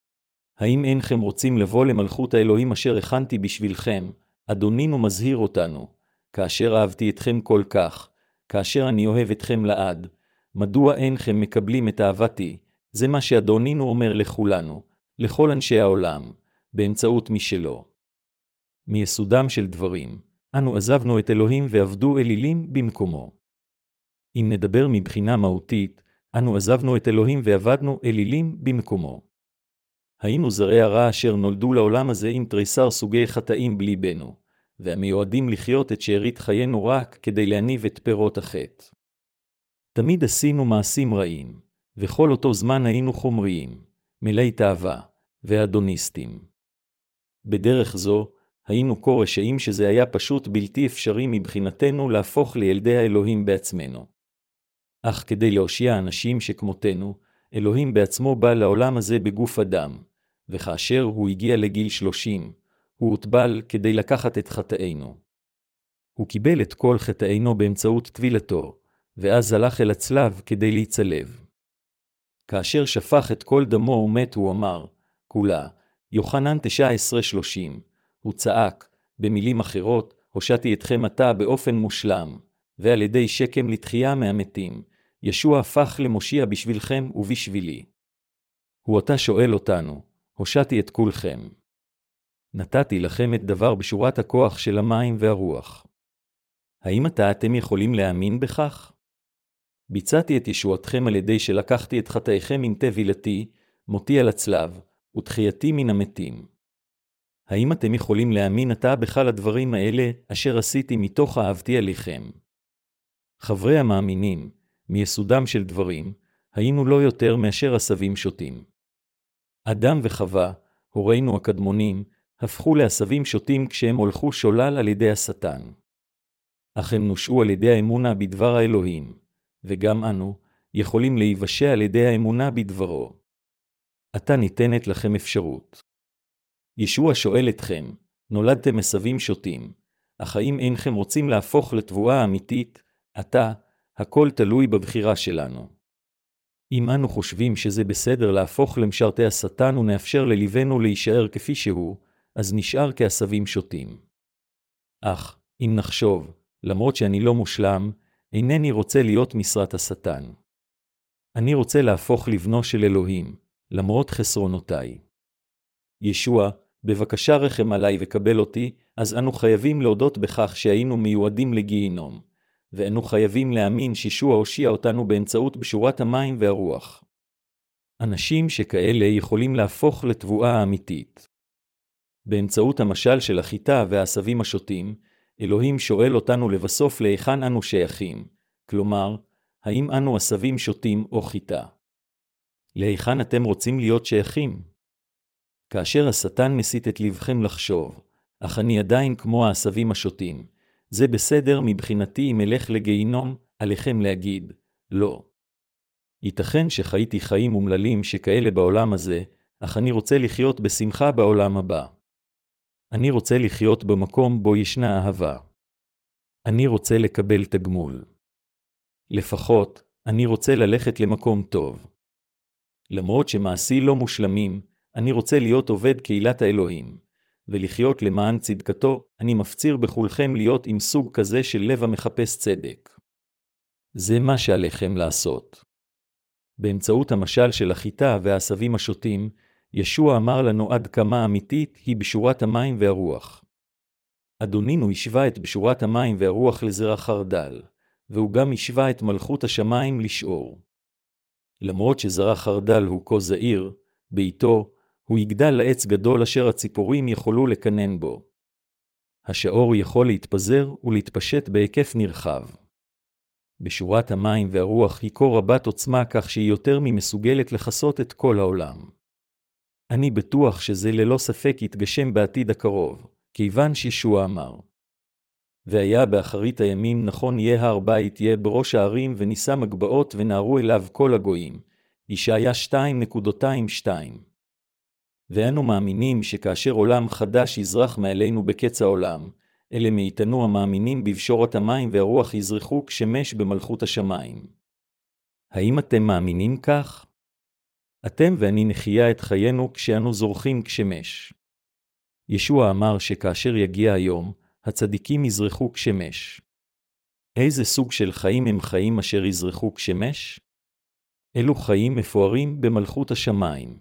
האם אינכם רוצים לבוא למלכות האלוהים אשר הכנתי בשבילכם? אדונינו מזהיר אותנו, כאשר אהבתי אתכם כל כך, כאשר אני אוהב אתכם לעד, מדוע אינכם מקבלים את אהבתי? זה מה שאדונינו אומר לכולנו, לכל אנשי העולם, באמצעות משלו. מיסודם של דברים, אנו עזבנו את אלוהים ועבדו אלילים במקומו. אם נדבר מבחינה מהותית, אנו עזבנו את אלוהים ועבדנו אלילים במקומו. היינו זרעי הרע אשר נולדו לעולם הזה עם תריסר סוגי חטאים בליבנו, והמיועדים לחיות את שארית חיינו רק כדי להניב את פירות החטא. תמיד עשינו מעשים רעים, וכל אותו זמן היינו חומריים, מלאי תאווה, ואדוניסטים. בדרך זו, היינו כה רשעים שזה היה פשוט בלתי אפשרי מבחינתנו להפוך לילדי האלוהים בעצמנו. אך כדי להושיע אנשים שכמותנו, אלוהים בעצמו בא לעולם הזה בגוף אדם, וכאשר הוא הגיע לגיל 30, הוא הוטבל כדי לקחת את חטאינו. הוא קיבל את כל חטאינו באמצעות טבילתו, ואז הלך אל הצלב כדי להיצלב. כאשר שפך את כל דמו ומת הוא אמר, כולה, יוחנן 19:30, הוא צעק, במילים אחרות, הושעתי אתכם עתה באופן מושלם, ועל ידי שקם לתחייה מהמתים, ישוע הפך למושיע בשבילכם ובשבילי. הוא עתה שואל אותנו, הושעתי את כולכם. נתתי לכם את דבר בשורת הכוח של המים והרוח. האם אתם יכולים להאמין בכך? ביצעתי את ישועתכם על ידי שלקחתי את חטאיכם עם טבילתי, מותי על הצלב, ותחייתי מן המתים. האם אתם יכולים להאמין בכל הדברים האלה אשר עשיתי מתוך אהבתי עליכם? חברי המאמינים, מיסודם של דברים, היינו לא יותר מאשר עשבים שוטים. אדם וחווה, הורינו הקדמונים, הפכו לעשבים שוטים כשהם הולכו שולל על ידי השטן. אך הם נושעו על ידי האמונה בדבר האלוהים, וגם אנו יכולים להיוושע על ידי האמונה בדברו. עתה ניתנת לכם אפשרות. ישוע שואל אתכם, נולדתם עשבים שוטים, אך האם אינכם רוצים להפוך לתבואה אמיתית? עתה, הכל תלוי בבחירה שלנו. אם אנו חושבים שזה בסדר להפוך למשרתי השטן ונאפשר לליבנו להישאר כפי שהוא, אז נשאר כעשבים שוטים. אך, אם נחשוב, למרות שאני לא מושלם, אינני רוצה להיות משרת השטן. אני רוצה להפוך לבנו של אלוהים, למרות חסרונותיי. ישוע, בבקשה רחם עליי וקבל אותי, אז אנו חייבים להודות בכך שהיינו מיועדים לגיהינום, ואנו חייבים להאמין שישוע הושיע אותנו באמצעות בשורת המים והרוח. אנשים שכאלה יכולים להפוך לתבואה אמיתית. באמצעות המשל של החיטה והעשבים השוטים, אלוהים שואל אותנו לבסוף להיכן אנו שייכים, כלומר, האם אנו עשבים שוטים או חיטה? להיכן אתם רוצים להיות שייכים? כאשר השטן מסית את לבכם לחשוב, אך אני עדיין כמו העשבים השוטים, זה בסדר מבחינתי אם אלך לגיהינום, עליכם להגיד, לא. ייתכן שחייתי חיים אומללים שכאלה בעולם הזה, אך אני רוצה לחיות בשמחה בעולם הבא. אני רוצה לחיות במקום בו ישנה אהבה. אני רוצה לקבל תגמול. לפחות, אני רוצה ללכת למקום טוב. למרות שמעשי לא מושלמים, אני רוצה להיות עובד קהילת האלוהים, ולחיות למען צדקתו, אני מפציר בכולכם להיות עם סוג כזה של לב המחפש צדק. זה מה שעליכם לעשות. באמצעות המשל של החיטה והעשבים השוטים, ישוע אמר לנו עד כמה אמיתית היא בשורת המים והרוח. אדונינו השווה את בשורת המים והרוח לזרע חרדל, והוא גם השווה את מלכות השמיים לשאור. למרות שזרע חרדל הוא כה זעיר, בעיתו הוא יגדל לעץ גדול אשר הציפורים יכולו לקנן בו. השאור יכול להתפזר ולהתפשט בהיקף נרחב. בשורת המים והרוח היא כה רבת עוצמה כך שהיא יותר ממסוגלת לחסות את כל העולם. אני בטוח שזה ללא ספק יתגשם בעתיד הקרוב, כיוון שישוע אמר. והיה באחרית הימים נכון יהיה הר בית יהיה בראש הערים ונישא מגבעות ונערו אליו כל הגויים. ישעיה 2:2. ואנו מאמינים שכאשר עולם חדש יזרח מעלינו בקץ העולם, אלה מאיתנו המאמינים בבשורת המים והרוח יזרחו כשמש במלכות השמיים. האם אתם מאמינים כך? אתם ואני נחיה את חיינו כשאנו זורחים כשמש. ישוע אמר שכאשר יגיע היום, הצדיקים יזרחו כשמש. איזה סוג של חיים הם חיים אשר יזרחו כשמש? אלו חיים מפוארים במלכות השמיים.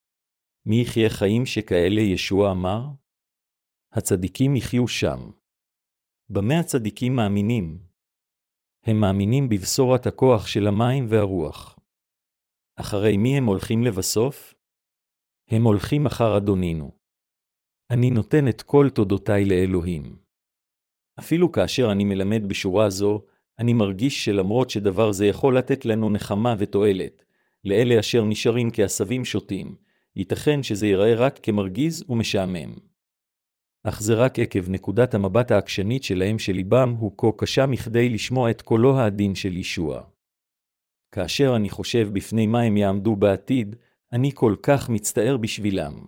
מי יחיה חיים שכאלה ישוע אמר? הצדיקים יחיו שם. במה הצדיקים מאמינים? הם מאמינים בבשורת הכוח של המים והרוח. אחרי מי הם הולכים לבסוף? הם הולכים אחר אדונינו. אני נותן את כל תודותיי לאלוהים. אפילו כאשר אני מלמד בשורה זו, אני מרגיש שלמרות שדבר זה יכול לתת לנו נחמה ותועלת, לאלה אשר נשארים כעשבים שוטים, ייתכן שזה ייראה רק כמרגיז ומשעמם. אך זה רק עקב נקודת המבט העקשנית שלהם שליבם הוא כה קשה מכדי לשמוע את קולו העדין של ישוע. כאשר אני חושב בפני מה הם יעמדו בעתיד, אני כל כך מצטער בשבילם.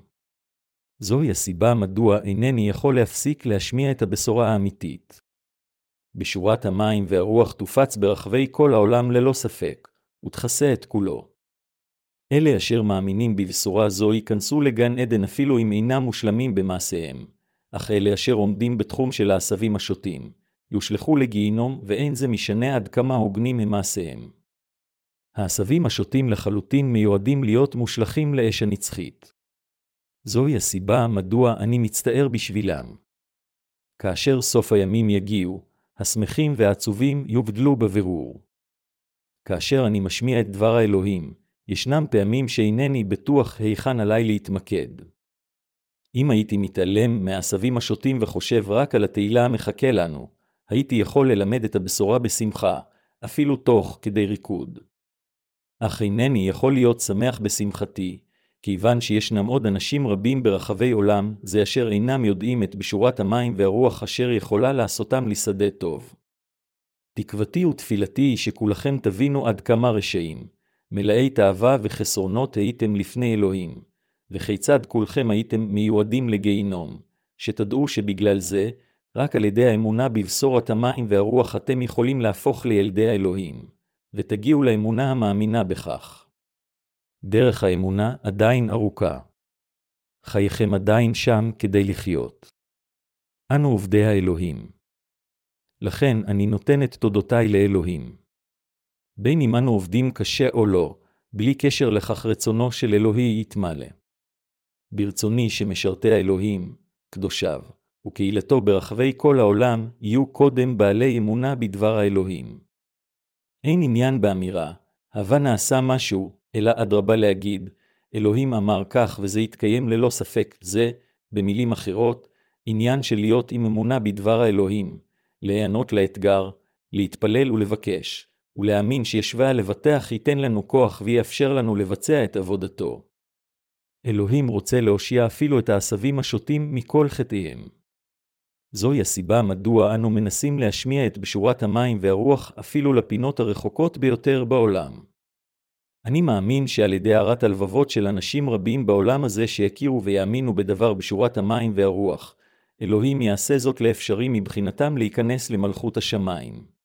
זוהי הסיבה מדוע אינני יכול להפסיק להשמיע את הבשורה האמיתית. בשורת המים והרוח תופץ ברחבי כל העולם ללא ספק, ותכסה את כולו. אלה אשר מאמינים בבשורה זו ייכנסו לגן עדן אפילו אם אינם מושלמים במעשיהם, אך אלה אשר עומדים בתחום של העשבים השוטים, יושלחו לגיהינום ואין זה משנה עד כמה הוגנים הם מעשיהם. העשבים השוטים לחלוטין מיועדים להיות מושלחים לאש הנצחית. זוהי הסיבה מדוע אני מצטער בשבילם. כאשר סוף הימים יגיעו, השמחים והעצובים יובדלו בבירור. כאשר אני משמיע את דבר האלוהים, ישנם פעמים שאינני בטוח היכן עליי להתמקד. אם הייתי מתעלם מהעשבים השוטים וחושב רק על התהילה המחכה לנו, הייתי יכול ללמד את הבשורה בשמחה, אפילו תוך כדי ריקוד. אך אינני יכול להיות שמח בשמחתי, כיוון שישנם עוד אנשים רבים ברחבי עולם, זה אשר אינם יודעים את בשורת המים והרוח אשר יכולה לעשותם לשדה טוב. תקוותי ותפילתי היא שכולכם תבינו עד כמה רשעים, מלאי תאווה וחסרונות הייתם לפני אלוהים, וכיצד כולכם הייתם מיועדים לגיהינום, שתדעו שבגלל זה, רק על ידי האמונה בבשורת המים והרוח אתם יכולים להפוך לילדי האלוהים, ותגיעו לאמונה המאמינה בכך. דרך האמונה עדיין ארוכה. חייכם עדיין שם כדי לחיות. אנו עובדי האלוהים. לכן אני נותן את תודותיי לאלוהים. בין אם אנו עובדים קשה או לא, בלי קשר לכך רצונו של אלוהי יתמלא. ברצוני שמשרתי האלוהים, קדושיו, וקהילתו ברחבי כל העולם יהיו קודם בעלי אמונה בדבר האלוהים. אין עניין באמירה, הווה נעשה משהו, אלא אדרבה להגיד, אלוהים אמר כך וזה יתקיים ללא ספק. זה, במילים אחרות, עניין של להיות עם אמונה בדבר האלוהים, להיענות לאתגר, להתפלל ולבקש, ולהאמין שישוע לבטח ייתן לנו כוח ויאפשר לנו לבצע את עבודתו. אלוהים רוצה להושיע אפילו את העשבים השוטים מכל חטאיהם. זוהי הסיבה מדוע אנו מנסים להשמיע את בשורת המים והרוח אפילו לפינות הרחוקות ביותר בעולם. אני מאמין שעל ידי הארת הלבבות של אנשים רבים בעולם הזה שיכירו ויאמינו בדבר בשורת המים והרוח, אלוהים יעשה זאת לאפשרי מבחינתם להיכנס למלכות השמיים.